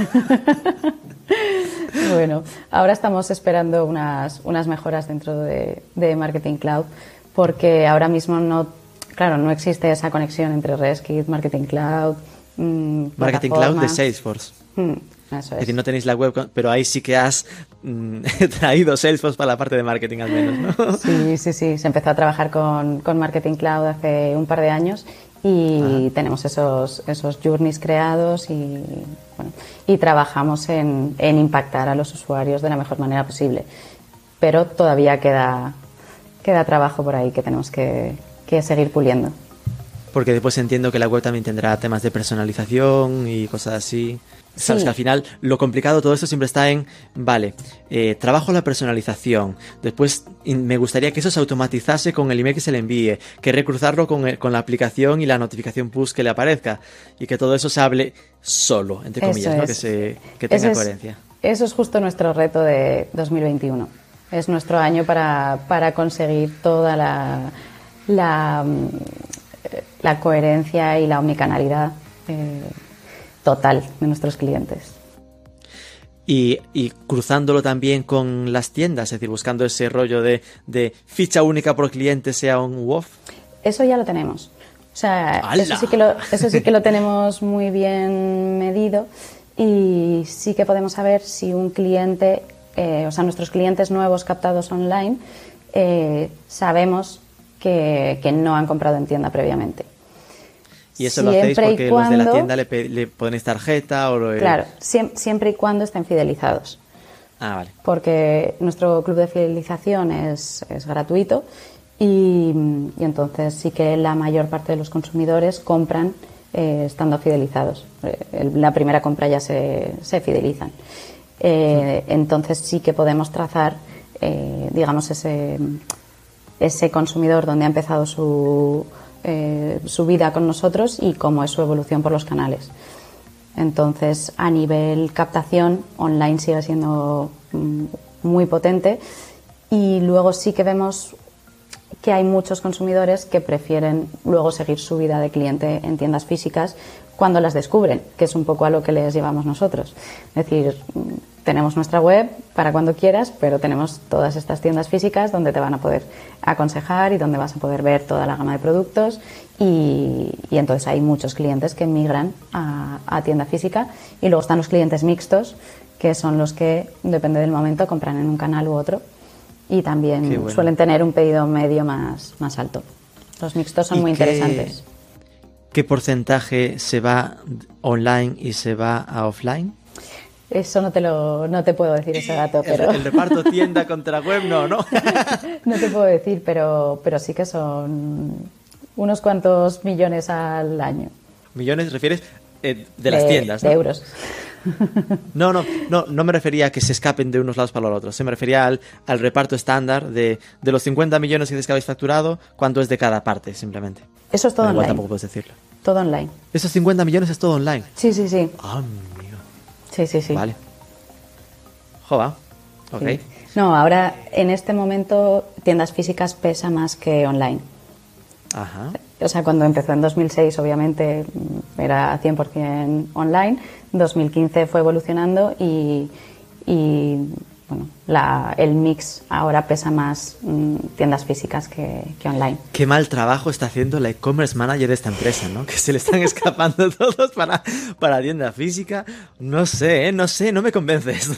Bueno, ahora estamos esperando unas mejoras dentro de Marketing Cloud, porque ahora mismo no existe esa conexión entre ResKit, Marketing Cloud, Marketing Cloud de Salesforce. Eso es. Es decir, no tenéis la web, pero ahí sí que has traído Salesforce para la parte de marketing al menos, ¿no? Sí. Se empezó a trabajar con Marketing Cloud hace un par de años y tenemos esos journeys creados y trabajamos en impactar a los usuarios de la mejor manera posible. Pero todavía queda trabajo por ahí que tenemos que seguir puliendo. Porque después entiendo que la web también tendrá temas de personalización y cosas así. Sabes que al final lo complicado de todo esto siempre está en, trabajo la personalización, después me gustaría que eso se automatizase con el email que se le envíe, que recruzarlo con la aplicación y la notificación push que le aparezca y que todo eso se hable solo, entre comillas, ¿no? Que tenga coherencia. Eso es justo nuestro reto de 2021. Es nuestro año para conseguir toda la coherencia y la omnicanalidad total de nuestros clientes. Y cruzándolo también con las tiendas, es decir, buscando ese rollo de ficha única por cliente sea un WOF. Eso ya lo tenemos. O sea, eso sí que lo tenemos muy bien medido y sí que podemos saber si un cliente, nuestros clientes nuevos captados online, sabemos que no han comprado en tienda previamente. ¿Y eso lo hacéis porque los de la tienda le ponéis tarjeta? Claro, siempre y cuando estén fidelizados. Vale. Porque nuestro club de fidelización es gratuito y entonces sí que la mayor parte de los consumidores compran estando fidelizados. La primera compra ya se fidelizan. Entonces sí que podemos trazar, digamos, ese consumidor donde ha empezado su vida con nosotros y cómo es su evolución por los canales. Entonces, a nivel captación, online sigue siendo muy potente y luego sí que vemos que hay muchos consumidores que prefieren luego seguir su vida de cliente en tiendas físicas cuando las descubren, que es un poco a lo que les llevamos nosotros. Es decir, tenemos nuestra web para cuando quieras, pero tenemos todas estas tiendas físicas donde te van a poder aconsejar y donde vas a poder ver toda la gama de productos y entonces hay muchos clientes que migran a tienda física y luego están los clientes mixtos, que son los que, depende del momento, compran en un canal u otro y también suelen tener un pedido medio más alto. Los mixtos son muy interesantes. ¿Qué porcentaje se va online y se va a offline? Eso no te puedo decir ese dato, pero... El reparto tienda contra web, no. No te puedo decir, pero sí que son unos cuantos millones al año. ¿Millones refieres de las tiendas, ¿no? De euros. No me refería a que se escapen de unos lados para los otros. Se me refería al reparto estándar de los 50 millones que dices que habéis facturado, ¿cuánto es de cada parte, simplemente? Eso es todo online. Igual tampoco puedes decirlo. Todo online. ¿Esos 50 millones es todo online? Sí. Ah, amigo. Sí. Vale. Jova. Ok. Sí. No, ahora, en este momento, tiendas físicas pesa más que online. Ajá. O sea, cuando empezó en 2006, obviamente, era 100% online. 2015 fue evolucionando y bueno, el mix ahora pesa más tiendas físicas que online. Qué mal trabajo está haciendo la e-commerce manager de esta empresa, ¿no? Que se le están escapando todos para tienda física. No sé, no me convences.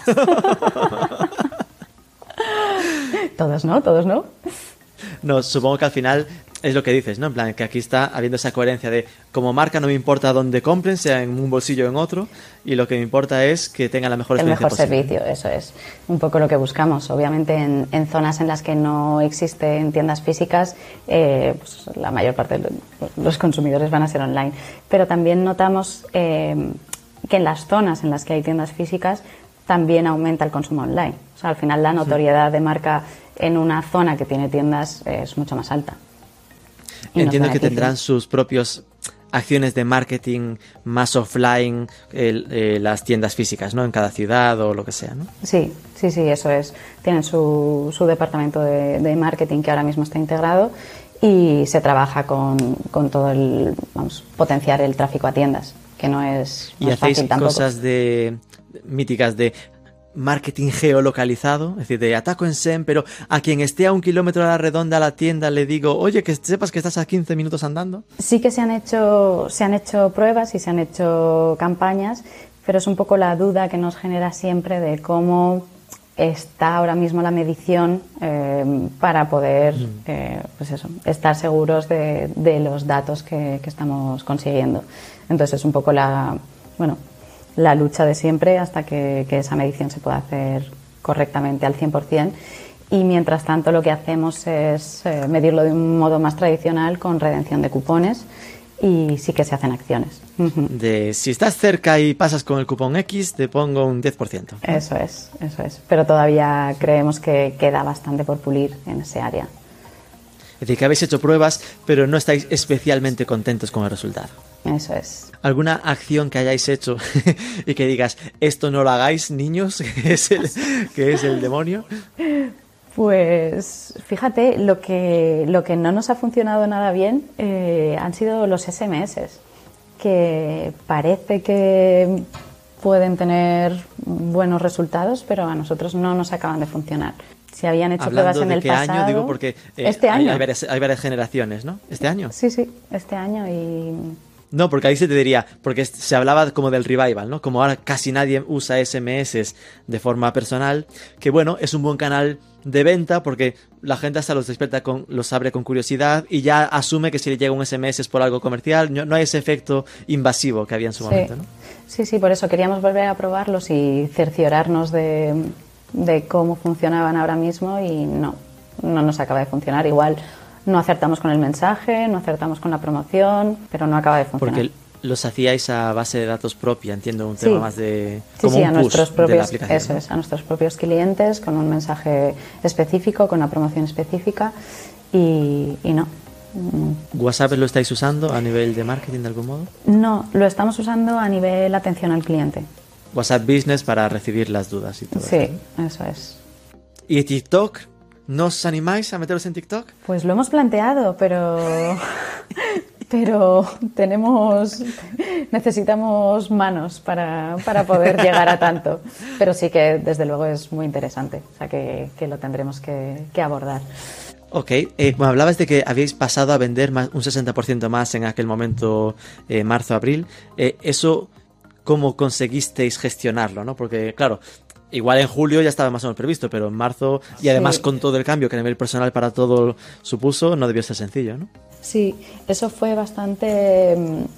Todos no. No, supongo que al final es lo que dices, ¿no? En plan, que aquí está habiendo esa coherencia de como marca no me importa dónde compren, sea en un bolsillo o en otro, y lo que me importa es que tengan la mejor experiencia posible. El mejor servicio, eso es un poco lo que buscamos. Obviamente en zonas en las que no existen tiendas físicas, pues la mayor parte de los consumidores van a ser online. Pero también notamos que en las zonas en las que hay tiendas físicas también aumenta el consumo online. O sea, al final la notoriedad de marca en una zona que tiene tiendas es mucho más alta. Entiendo que tendrán sus propios acciones de marketing más offline, las tiendas físicas, ¿no? En cada ciudad o lo que sea, ¿no? Sí, eso es. Tienen su departamento de marketing que ahora mismo está integrado y se trabaja con todo potenciar el tráfico a tiendas, que no es ¿Y hacéis fácil tampoco. Cosas míticas de marketing geolocalizado, es decir, de ataco en SEM, pero a quien esté a 1 kilómetro a la redonda a la tienda le digo, oye, que sepas que estás a 15 minutos andando? Sí que se han hecho pruebas y se han hecho campañas, pero es un poco la duda que nos genera siempre de cómo está ahora mismo la medición para poder estar seguros de los datos que estamos consiguiendo. Entonces es un poco la lucha de siempre hasta que esa medición se pueda hacer correctamente al 100%. Y mientras tanto lo que hacemos es medirlo de un modo más tradicional con redención de cupones y sí que se hacen acciones. De si estás cerca y pasas con el cupón X, te pongo un 10%. ¿No? Eso es. Pero todavía creemos que queda bastante por pulir en ese área. Es decir, que habéis hecho pruebas, pero no estáis especialmente contentos con el resultado. Eso es. ¿Alguna acción que hayáis hecho y que digas, esto no lo hagáis, niños, que es el demonio? Pues fíjate, lo que no nos ha funcionado nada bien han sido los SMS, que parece que pueden tener buenos resultados, pero a nosotros no nos acaban de funcionar. Si habían hecho pruebas en el pasado... ¿Hablando de qué año? Digo, porque este año. Hay varias generaciones, ¿no? ¿Este año? Sí, este año y... No, porque ahí se te diría, porque se hablaba como del revival, ¿no? Como ahora casi nadie usa SMS de forma personal, que bueno, es un buen canal de venta porque la gente hasta los abre con curiosidad y ya asume que si le llega un SMS es por algo comercial, no hay ese efecto invasivo que había en su momento, ¿no? Sí, por eso queríamos volver a probarlos y cerciorarnos de cómo funcionaban ahora mismo y no nos acaba de funcionar. Igual no acertamos con el mensaje, no acertamos con la promoción, pero no acaba de funcionar. Porque los hacíais a base de datos propia, entiendo, un tema más de... como sí, un a push nuestros propios, de la aplicación, eso ¿no? es, a nuestros propios clientes, con un mensaje específico, con una promoción específica y no. ¿WhatsApp lo estáis usando a nivel de marketing de algún modo? No, lo estamos usando a nivel atención al cliente. WhatsApp Business para recibir las dudas y todo Sí, eso, ¿no? eso es. ¿Y TikTok? ¿No os animáis a meteros en TikTok? Pues lo hemos planteado, pero necesitamos manos para poder llegar a tanto. Pero sí que desde luego es muy interesante, o sea que lo tendremos que abordar. Ok, bueno, hablabas de que habíais pasado a vender un 60% más en aquel momento, marzo-abril. ¿Eso cómo conseguisteis gestionarlo, no? Porque, claro, igual en julio ya estaba más o menos previsto, pero en marzo, y además Sí. con todo el cambio que a nivel personal para todo supuso, no debió ser sencillo, ¿no? Sí, eso fue bastante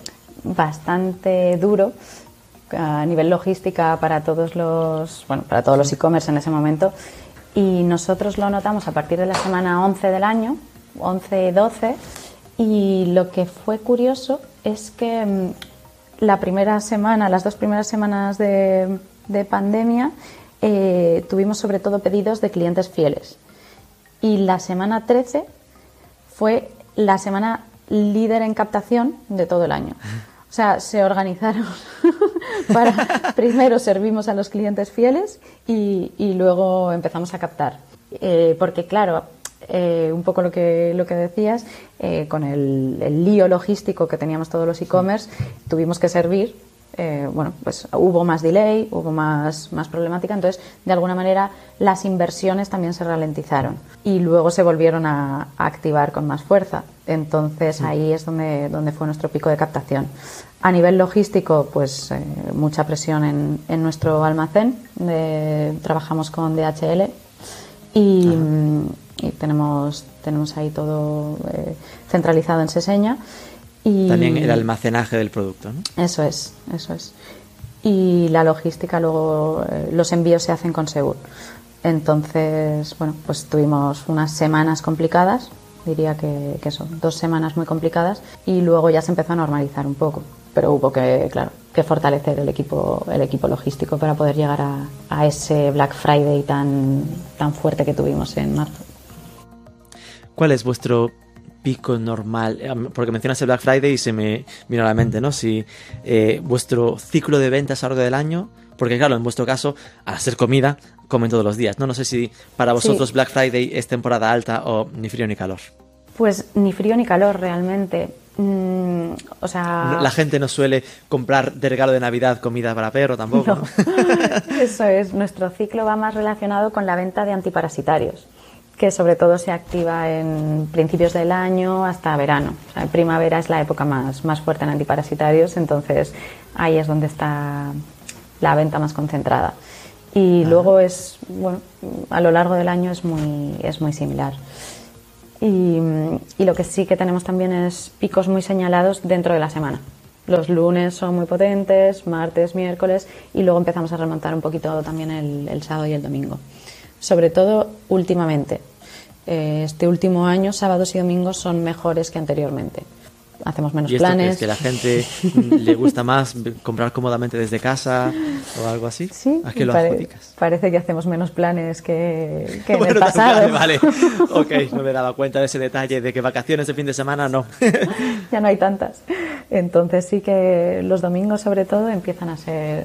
duro a nivel logística para todos los e-commerce en ese momento. Y nosotros lo notamos a partir de la semana 11 del año, 11-12, y lo que fue curioso es que las dos primeras semanas de pandemia tuvimos sobre todo pedidos de clientes fieles. Y la semana 13 fue la semana líder en captación de todo el año. O sea, se organizaron para primero servimos a los clientes fieles y luego empezamos a captar. Porque claro, un poco lo que decías, con el lío logístico que teníamos todos los e-commerce, tuvimos que servir. Pues hubo más delay, hubo más problemática, entonces de alguna manera las inversiones también se ralentizaron y luego se volvieron a activar con más fuerza. Entonces ahí es donde fue nuestro pico de captación. A nivel logístico, pues mucha presión en nuestro almacén. Trabajamos con DHL y tenemos ahí todo centralizado en Seseña. Y también el almacenaje del producto, ¿no? Eso es. Y la logística luego, los envíos se hacen con Segur. Entonces, bueno, pues tuvimos unas semanas complicadas, diría que son 2 semanas muy complicadas, y luego ya se empezó a normalizar un poco. Pero hubo que fortalecer el equipo logístico para poder llegar a ese Black Friday tan fuerte que tuvimos en marzo. ¿Cuál es vuestro pico normal? Porque mencionas el Black Friday y se me vino a la mente, ¿no? Si vuestro ciclo de ventas a lo largo del año, porque claro, en vuestro caso, al ser comida, comen todos los días, ¿no? No sé si para vosotros Sí. Black Friday es temporada alta o ni frío ni calor. Pues ni frío ni calor realmente. O sea... La gente no suele comprar de regalo de Navidad comida para perro tampoco, ¿no? Eso es. Nuestro ciclo va más relacionado con la venta de antiparasitarios, que sobre todo se activa en principios del año hasta verano. O sea, en primavera es la época más fuerte en antiparasitarios, entonces ahí es donde está la venta más concentrada. Y luego a lo largo del año es muy similar. Y lo que sí que tenemos también es picos muy señalados dentro de la semana. Los lunes son muy potentes, martes, miércoles, y luego empezamos a remontar un poquito también el sábado y el domingo. Sobre todo últimamente. Este último año, sábados y domingos son mejores que anteriormente. Hacemos menos ¿Y esto planes. es que la gente le gusta más comprar cómodamente desde casa o algo así? Sí, ¿A qué lo adjudicas? parece que hacemos menos planes que en Bueno, el pasado. Vale. Ok, no me daba cuenta de ese detalle de que vacaciones de fin de semana no. Ya no hay tantas. Entonces sí que los domingos sobre todo empiezan a ser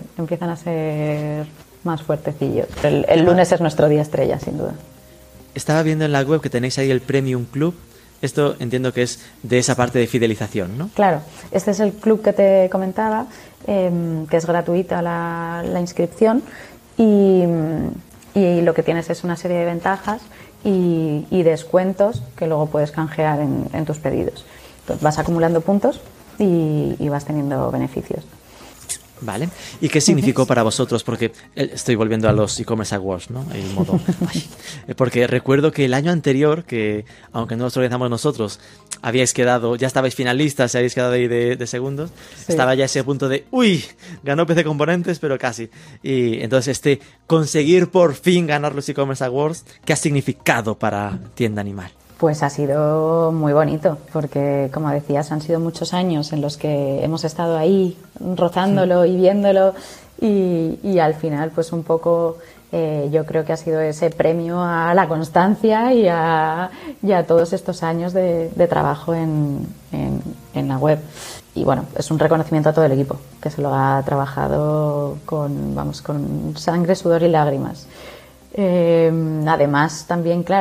más fuertecillos. El lunes es nuestro día estrella, sin duda. Estaba viendo en la web que tenéis ahí el Premium Club. Esto entiendo que es de esa parte de fidelización, ¿no? Claro, este es el club que te comentaba, que es gratuita la inscripción y lo que tienes es una serie de ventajas y descuentos que luego puedes canjear en tus pedidos. Entonces vas acumulando puntos y vas teniendo beneficios. Vale. ¿Y qué significó para vosotros? Porque estoy volviendo a los e-commerce awards, ¿no? El modo. Porque recuerdo que el año anterior, que aunque no los organizamos nosotros, habíais quedado, ya estabais finalistas, habéis quedado ahí de segundos, sí. Estaba ya ese punto de, uy, ganó PC Componentes, pero casi. Y entonces conseguir por fin ganar los e-commerce awards, ¿qué ha significado para Tienda Animal? Pues ha sido muy bonito, porque como decías, han sido muchos años en los que hemos estado ahí rozándolo y viéndolo y al final pues un poco yo creo que ha sido ese premio a la constancia y a todos estos años de trabajo en la web. Y bueno, es un reconocimiento a todo el equipo, que se lo ha trabajado con sangre, sudor y lágrimas. Además también, claro,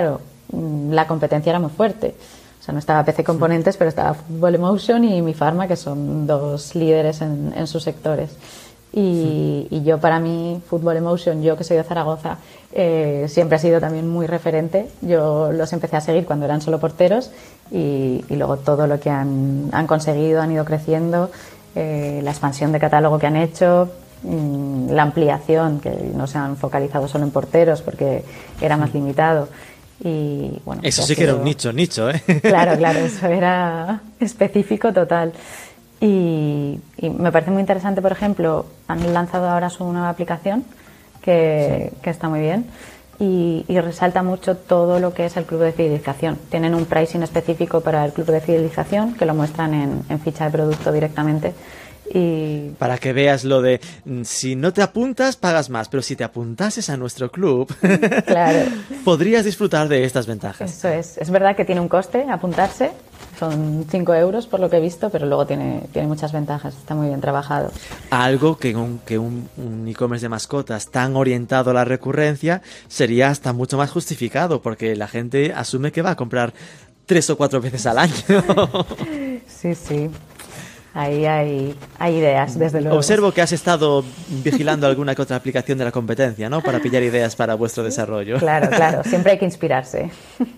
la competencia era muy fuerte. O sea, no estaba PC Componentes, pero estaba Football Emotion y Mi Pharma, que son dos líderes en sus sectores. Y yo, para mí, Football Emotion, yo que soy de Zaragoza, siempre ha sido también muy referente. Yo los empecé a seguir cuando eran solo porteros y luego todo lo que han conseguido, han ido creciendo, la expansión de catálogo que han hecho, la ampliación, que no se han focalizado solo en porteros porque era más limitado. Y, bueno, eso sí que era un nicho, ¿eh? Claro, eso era específico total. Y me parece muy interesante, por ejemplo, han lanzado ahora su nueva aplicación que está muy bien y resalta mucho todo lo que es el club de fidelización. Tienen un pricing específico para el club de fidelización que lo muestran en ficha de producto directamente. Y para que veas lo de si no te apuntas pagas más, pero si te apuntases a nuestro club, claro, podrías disfrutar de estas ventajas. Eso es verdad que tiene un coste apuntarse, son 5 euros por lo que he visto, pero luego tiene muchas ventajas, está muy bien trabajado. Algo que un e-commerce de mascotas tan orientado a la recurrencia sería hasta mucho más justificado, porque la gente asume que va a comprar 3 o 4 veces al año. Sí. Ahí hay ideas, desde luego. Observo que has estado vigilando alguna que otra aplicación de la competencia, ¿no? Para pillar ideas para vuestro desarrollo. Claro, siempre hay que inspirarse.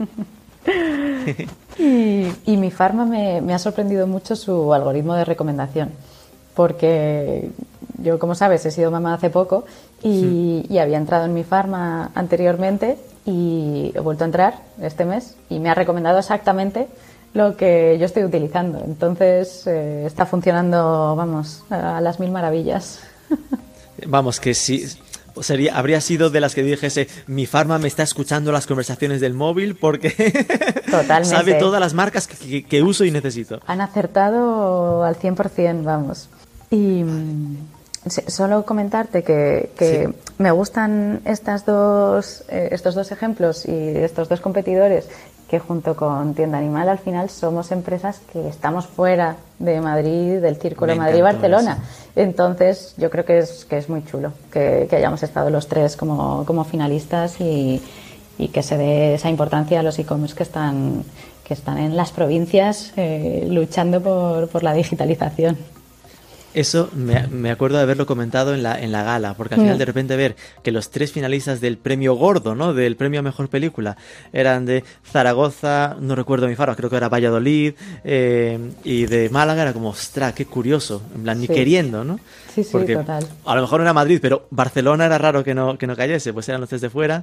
Y Mi Pharma me ha sorprendido mucho su algoritmo de recomendación, porque yo, como sabes, he sido mamá hace poco y había entrado en Mi Pharma anteriormente y he vuelto a entrar este mes y me ha recomendado exactamente lo que yo estoy utilizando. Entonces está funcionando, vamos, a las mil maravillas. Vamos, que sí, habría sido de las que dijese Mi Pharma me está escuchando las conversaciones del móvil porque totalmente sabe todas las marcas que uso y necesito. Han acertado al 100%, vamos. Y solo comentarte que sí, me gustan estos dos ejemplos y estos dos competidores, que junto con Tienda Animal al final somos empresas que estamos fuera de Madrid, del círculo Madrid-Barcelona. Entonces yo creo que es muy chulo que hayamos estado los tres como finalistas y que se dé esa importancia a los e-commerce que están en las provincias luchando por la digitalización. Eso me acuerdo de haberlo comentado en la gala, porque al final de repente ver que los 3 finalistas del premio gordo, ¿no? Del premio a mejor película, eran de Zaragoza, no recuerdo Mi Pharma, creo que era Valladolid, y de Málaga, era como, ostras, qué curioso, en plan, ni queriendo, ¿no? Sí, porque total. A lo mejor no era Madrid, pero Barcelona era raro que no cayese, pues eran los 3 de fuera,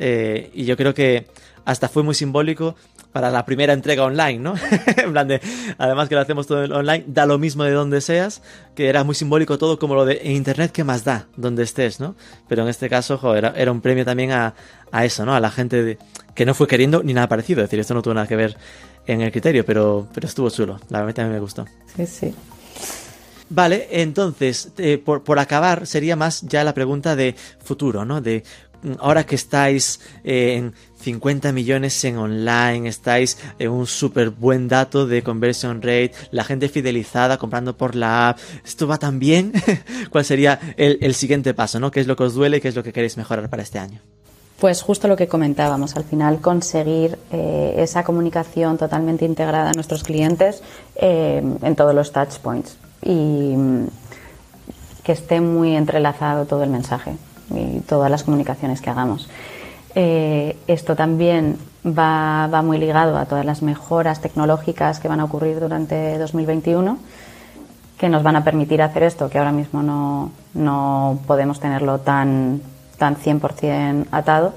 y yo creo que hasta fue muy simbólico para la primera entrega online, ¿no? En plan de, además que lo hacemos todo online, da lo mismo de donde seas, que era muy simbólico todo, como lo de en internet, ¿qué más da? Donde estés, ¿no? Pero en este caso, joder, era un premio también a eso, ¿no? A la gente que no fue queriendo ni nada parecido, es decir, esto no tuvo nada que ver en el criterio, pero estuvo chulo, la verdad también me gustó. Sí. Vale, entonces, por acabar, sería más ya la pregunta de futuro, ¿no? De ahora que estáis en 50 millones en online, estáis en un súper buen dato de conversion rate, la gente fidelizada comprando por la app, ¿esto va tan bien? ¿Cuál sería el siguiente paso, ¿no? ¿Qué es lo que os duele y qué es lo que queréis mejorar para este año? Pues justo lo que comentábamos, al final conseguir esa comunicación totalmente integrada a nuestros clientes en todos los touch points y que esté muy entrelazado todo el mensaje y todas las comunicaciones que hagamos. Esto también va muy ligado a todas las mejoras tecnológicas que van a ocurrir durante 2021, que nos van a permitir hacer esto, que ahora mismo no podemos tenerlo tan 100% atado,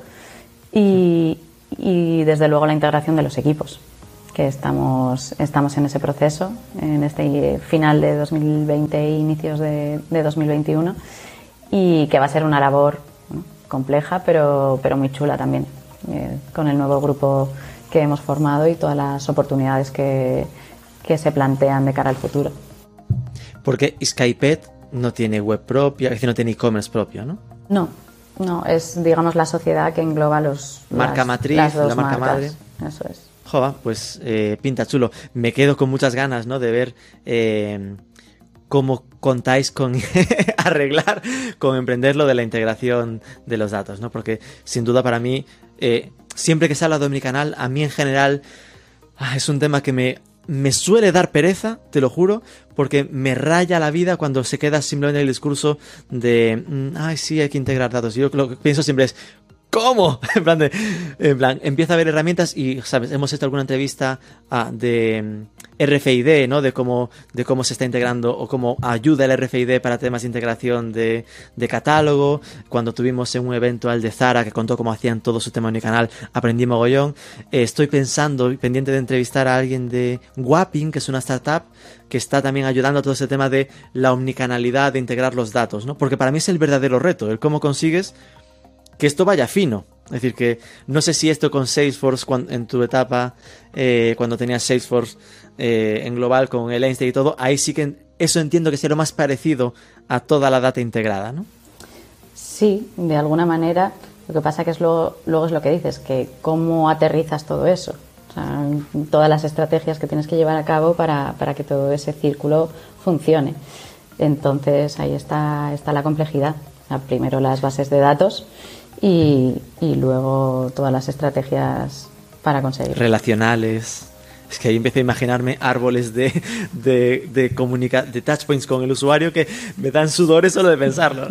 y desde luego la integración de los equipos, que estamos en ese proceso, en este final de 2020 e inicios de 2021, y que va a ser una labor compleja pero muy chula también, con el nuevo grupo que hemos formado y todas las oportunidades que se plantean de cara al futuro. Porque SkyPet no tiene web propia, es decir, no tiene e-commerce propio, ¿no? No, es, digamos, la sociedad que engloba marca matriz, las dos la marca marcas. madre. Eso es. Jova, pues pinta chulo. Me quedo con muchas ganas, ¿no? De ver cómo contáis con arreglar, con emprender lo de la integración de los datos, ¿no? Porque sin duda para mí siempre que se habla de omnicanal, a mí en general es un tema que me suele dar pereza, te lo juro, porque me raya la vida cuando se queda simplemente en el discurso de ay, sí, hay que integrar datos. Yo lo que pienso siempre es ¿cómo? En plan, empieza a haber herramientas y, ¿sabes? Hemos hecho alguna entrevista de RFID, ¿no? De cómo se está integrando o cómo ayuda el RFID para temas de integración de catálogo. Cuando tuvimos en un evento al de Zara que contó cómo hacían todo su tema omnicanal, aprendí mogollón. Estoy pensando, pendiente de entrevistar a alguien de Wapping, que es una startup que está también ayudando a todo ese tema de la omnicanalidad, de integrar los datos, ¿no? Porque para mí es el verdadero reto, el cómo consigues que esto vaya fino. Es decir, que no sé si esto con Salesforce, en tu etapa, cuando tenías Salesforce en global con el Einstein y todo, ahí sí que eso entiendo que sea lo más parecido a toda la data integrada, ¿no? Sí, de alguna manera. Lo que pasa que luego es lo que dices, que cómo aterrizas todo eso. O sea, todas las estrategias que tienes que llevar a cabo para que todo ese círculo funcione. Entonces ahí está la complejidad. O sea, primero las bases de datos y luego todas las estrategias para conseguirlo. Relacionales. Es que ahí empecé a imaginarme árboles de touchpoints con el usuario que me dan sudores solo de pensarlo.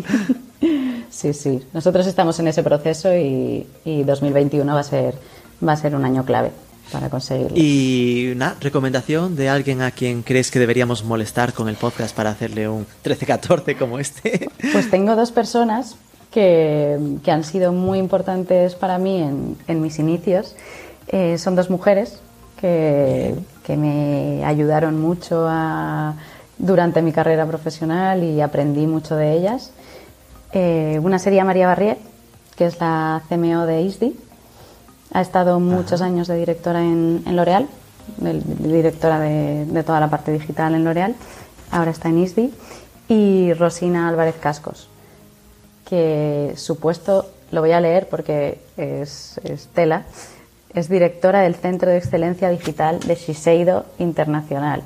Sí. Nosotros estamos en ese proceso y 2021 va a ser un año clave para conseguirlo. Y una recomendación de alguien a quien crees que deberíamos molestar con el podcast para hacerle un 13-14 como este. Pues tengo dos personas que han sido muy importantes para mí en mis inicios. Son dos mujeres que me ayudaron mucho durante mi carrera profesional y aprendí mucho de ellas. Una sería María Barrier, que es la CMO de ISDI. Ha estado muchos años de directora en L'Oréal, directora de toda la parte digital en L'Oréal. Ahora está en ISDI. Y Rosina Álvarez Cascos, que su puesto, lo voy a leer porque es tela, es directora del Centro de Excelencia Digital de Shiseido Internacional,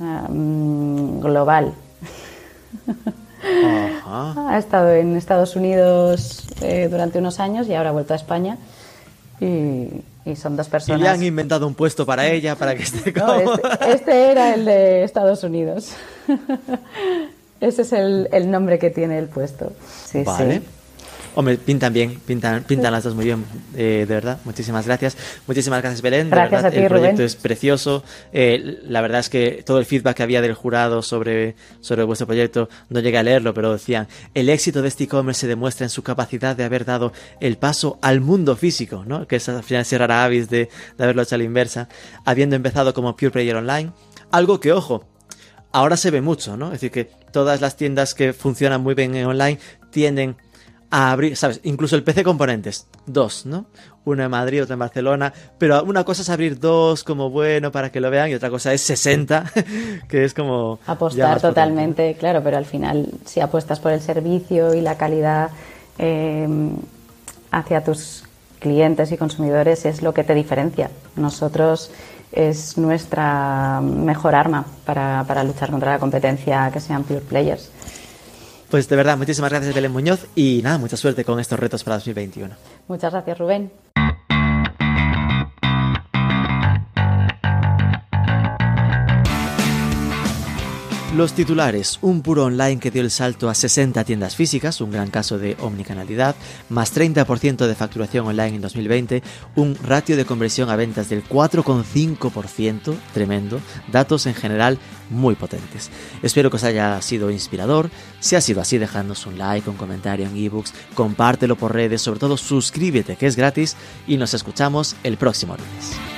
global. Ha estado en Estados Unidos durante unos años y ahora ha vuelto a España. Y son dos personas. Y le han inventado un puesto para ella, para que esté como... No, este era el de Estados Unidos. Ese es el nombre que tiene el puesto. Sí, vale. Sí. Hombre, pintan las dos muy bien, de verdad. Muchísimas gracias. Muchísimas gracias, Belén. Gracias de verdad, a ti, el proyecto Rubén. es precioso. La verdad es que todo el feedback que había del jurado sobre vuestro proyecto, no llegué a leerlo, pero decían: el éxito de este e-commerce se demuestra en su capacidad de haber dado el paso al mundo físico, ¿no? Que es al final ese rara avis de haberlo hecho a la inversa, habiendo empezado como Pure Player Online. Algo que, ojo, ahora se ve mucho, ¿no? Es decir, que todas las tiendas que funcionan muy bien en online tienden a abrir, ¿sabes? Incluso el PC Componentes, 2, ¿no? Una en Madrid, otra en Barcelona, pero una cosa es abrir 2 como bueno para que lo vean y otra cosa es 60, que es como... Apostar totalmente, potente. Claro, pero al final si apuestas por el servicio y la calidad hacia tus clientes y consumidores es lo que te diferencia. Nosotros es nuestra mejor arma para luchar contra la competencia que sean pure players. Pues de verdad, muchísimas gracias, Belén Muñoz, y nada, mucha suerte con estos retos para 2021. Muchas gracias, Rubén. Los titulares: un puro online que dio el salto a 60 tiendas físicas, un gran caso de omnicanalidad, más 30% de facturación online en 2020, un ratio de conversión a ventas del 4,5%, tremendo, datos en general muy potentes. Espero que os haya sido inspirador. Si ha sido así, dejadnos un like, un comentario en ebooks, compártelo por redes, sobre todo suscríbete, que es gratis, y nos escuchamos el próximo lunes.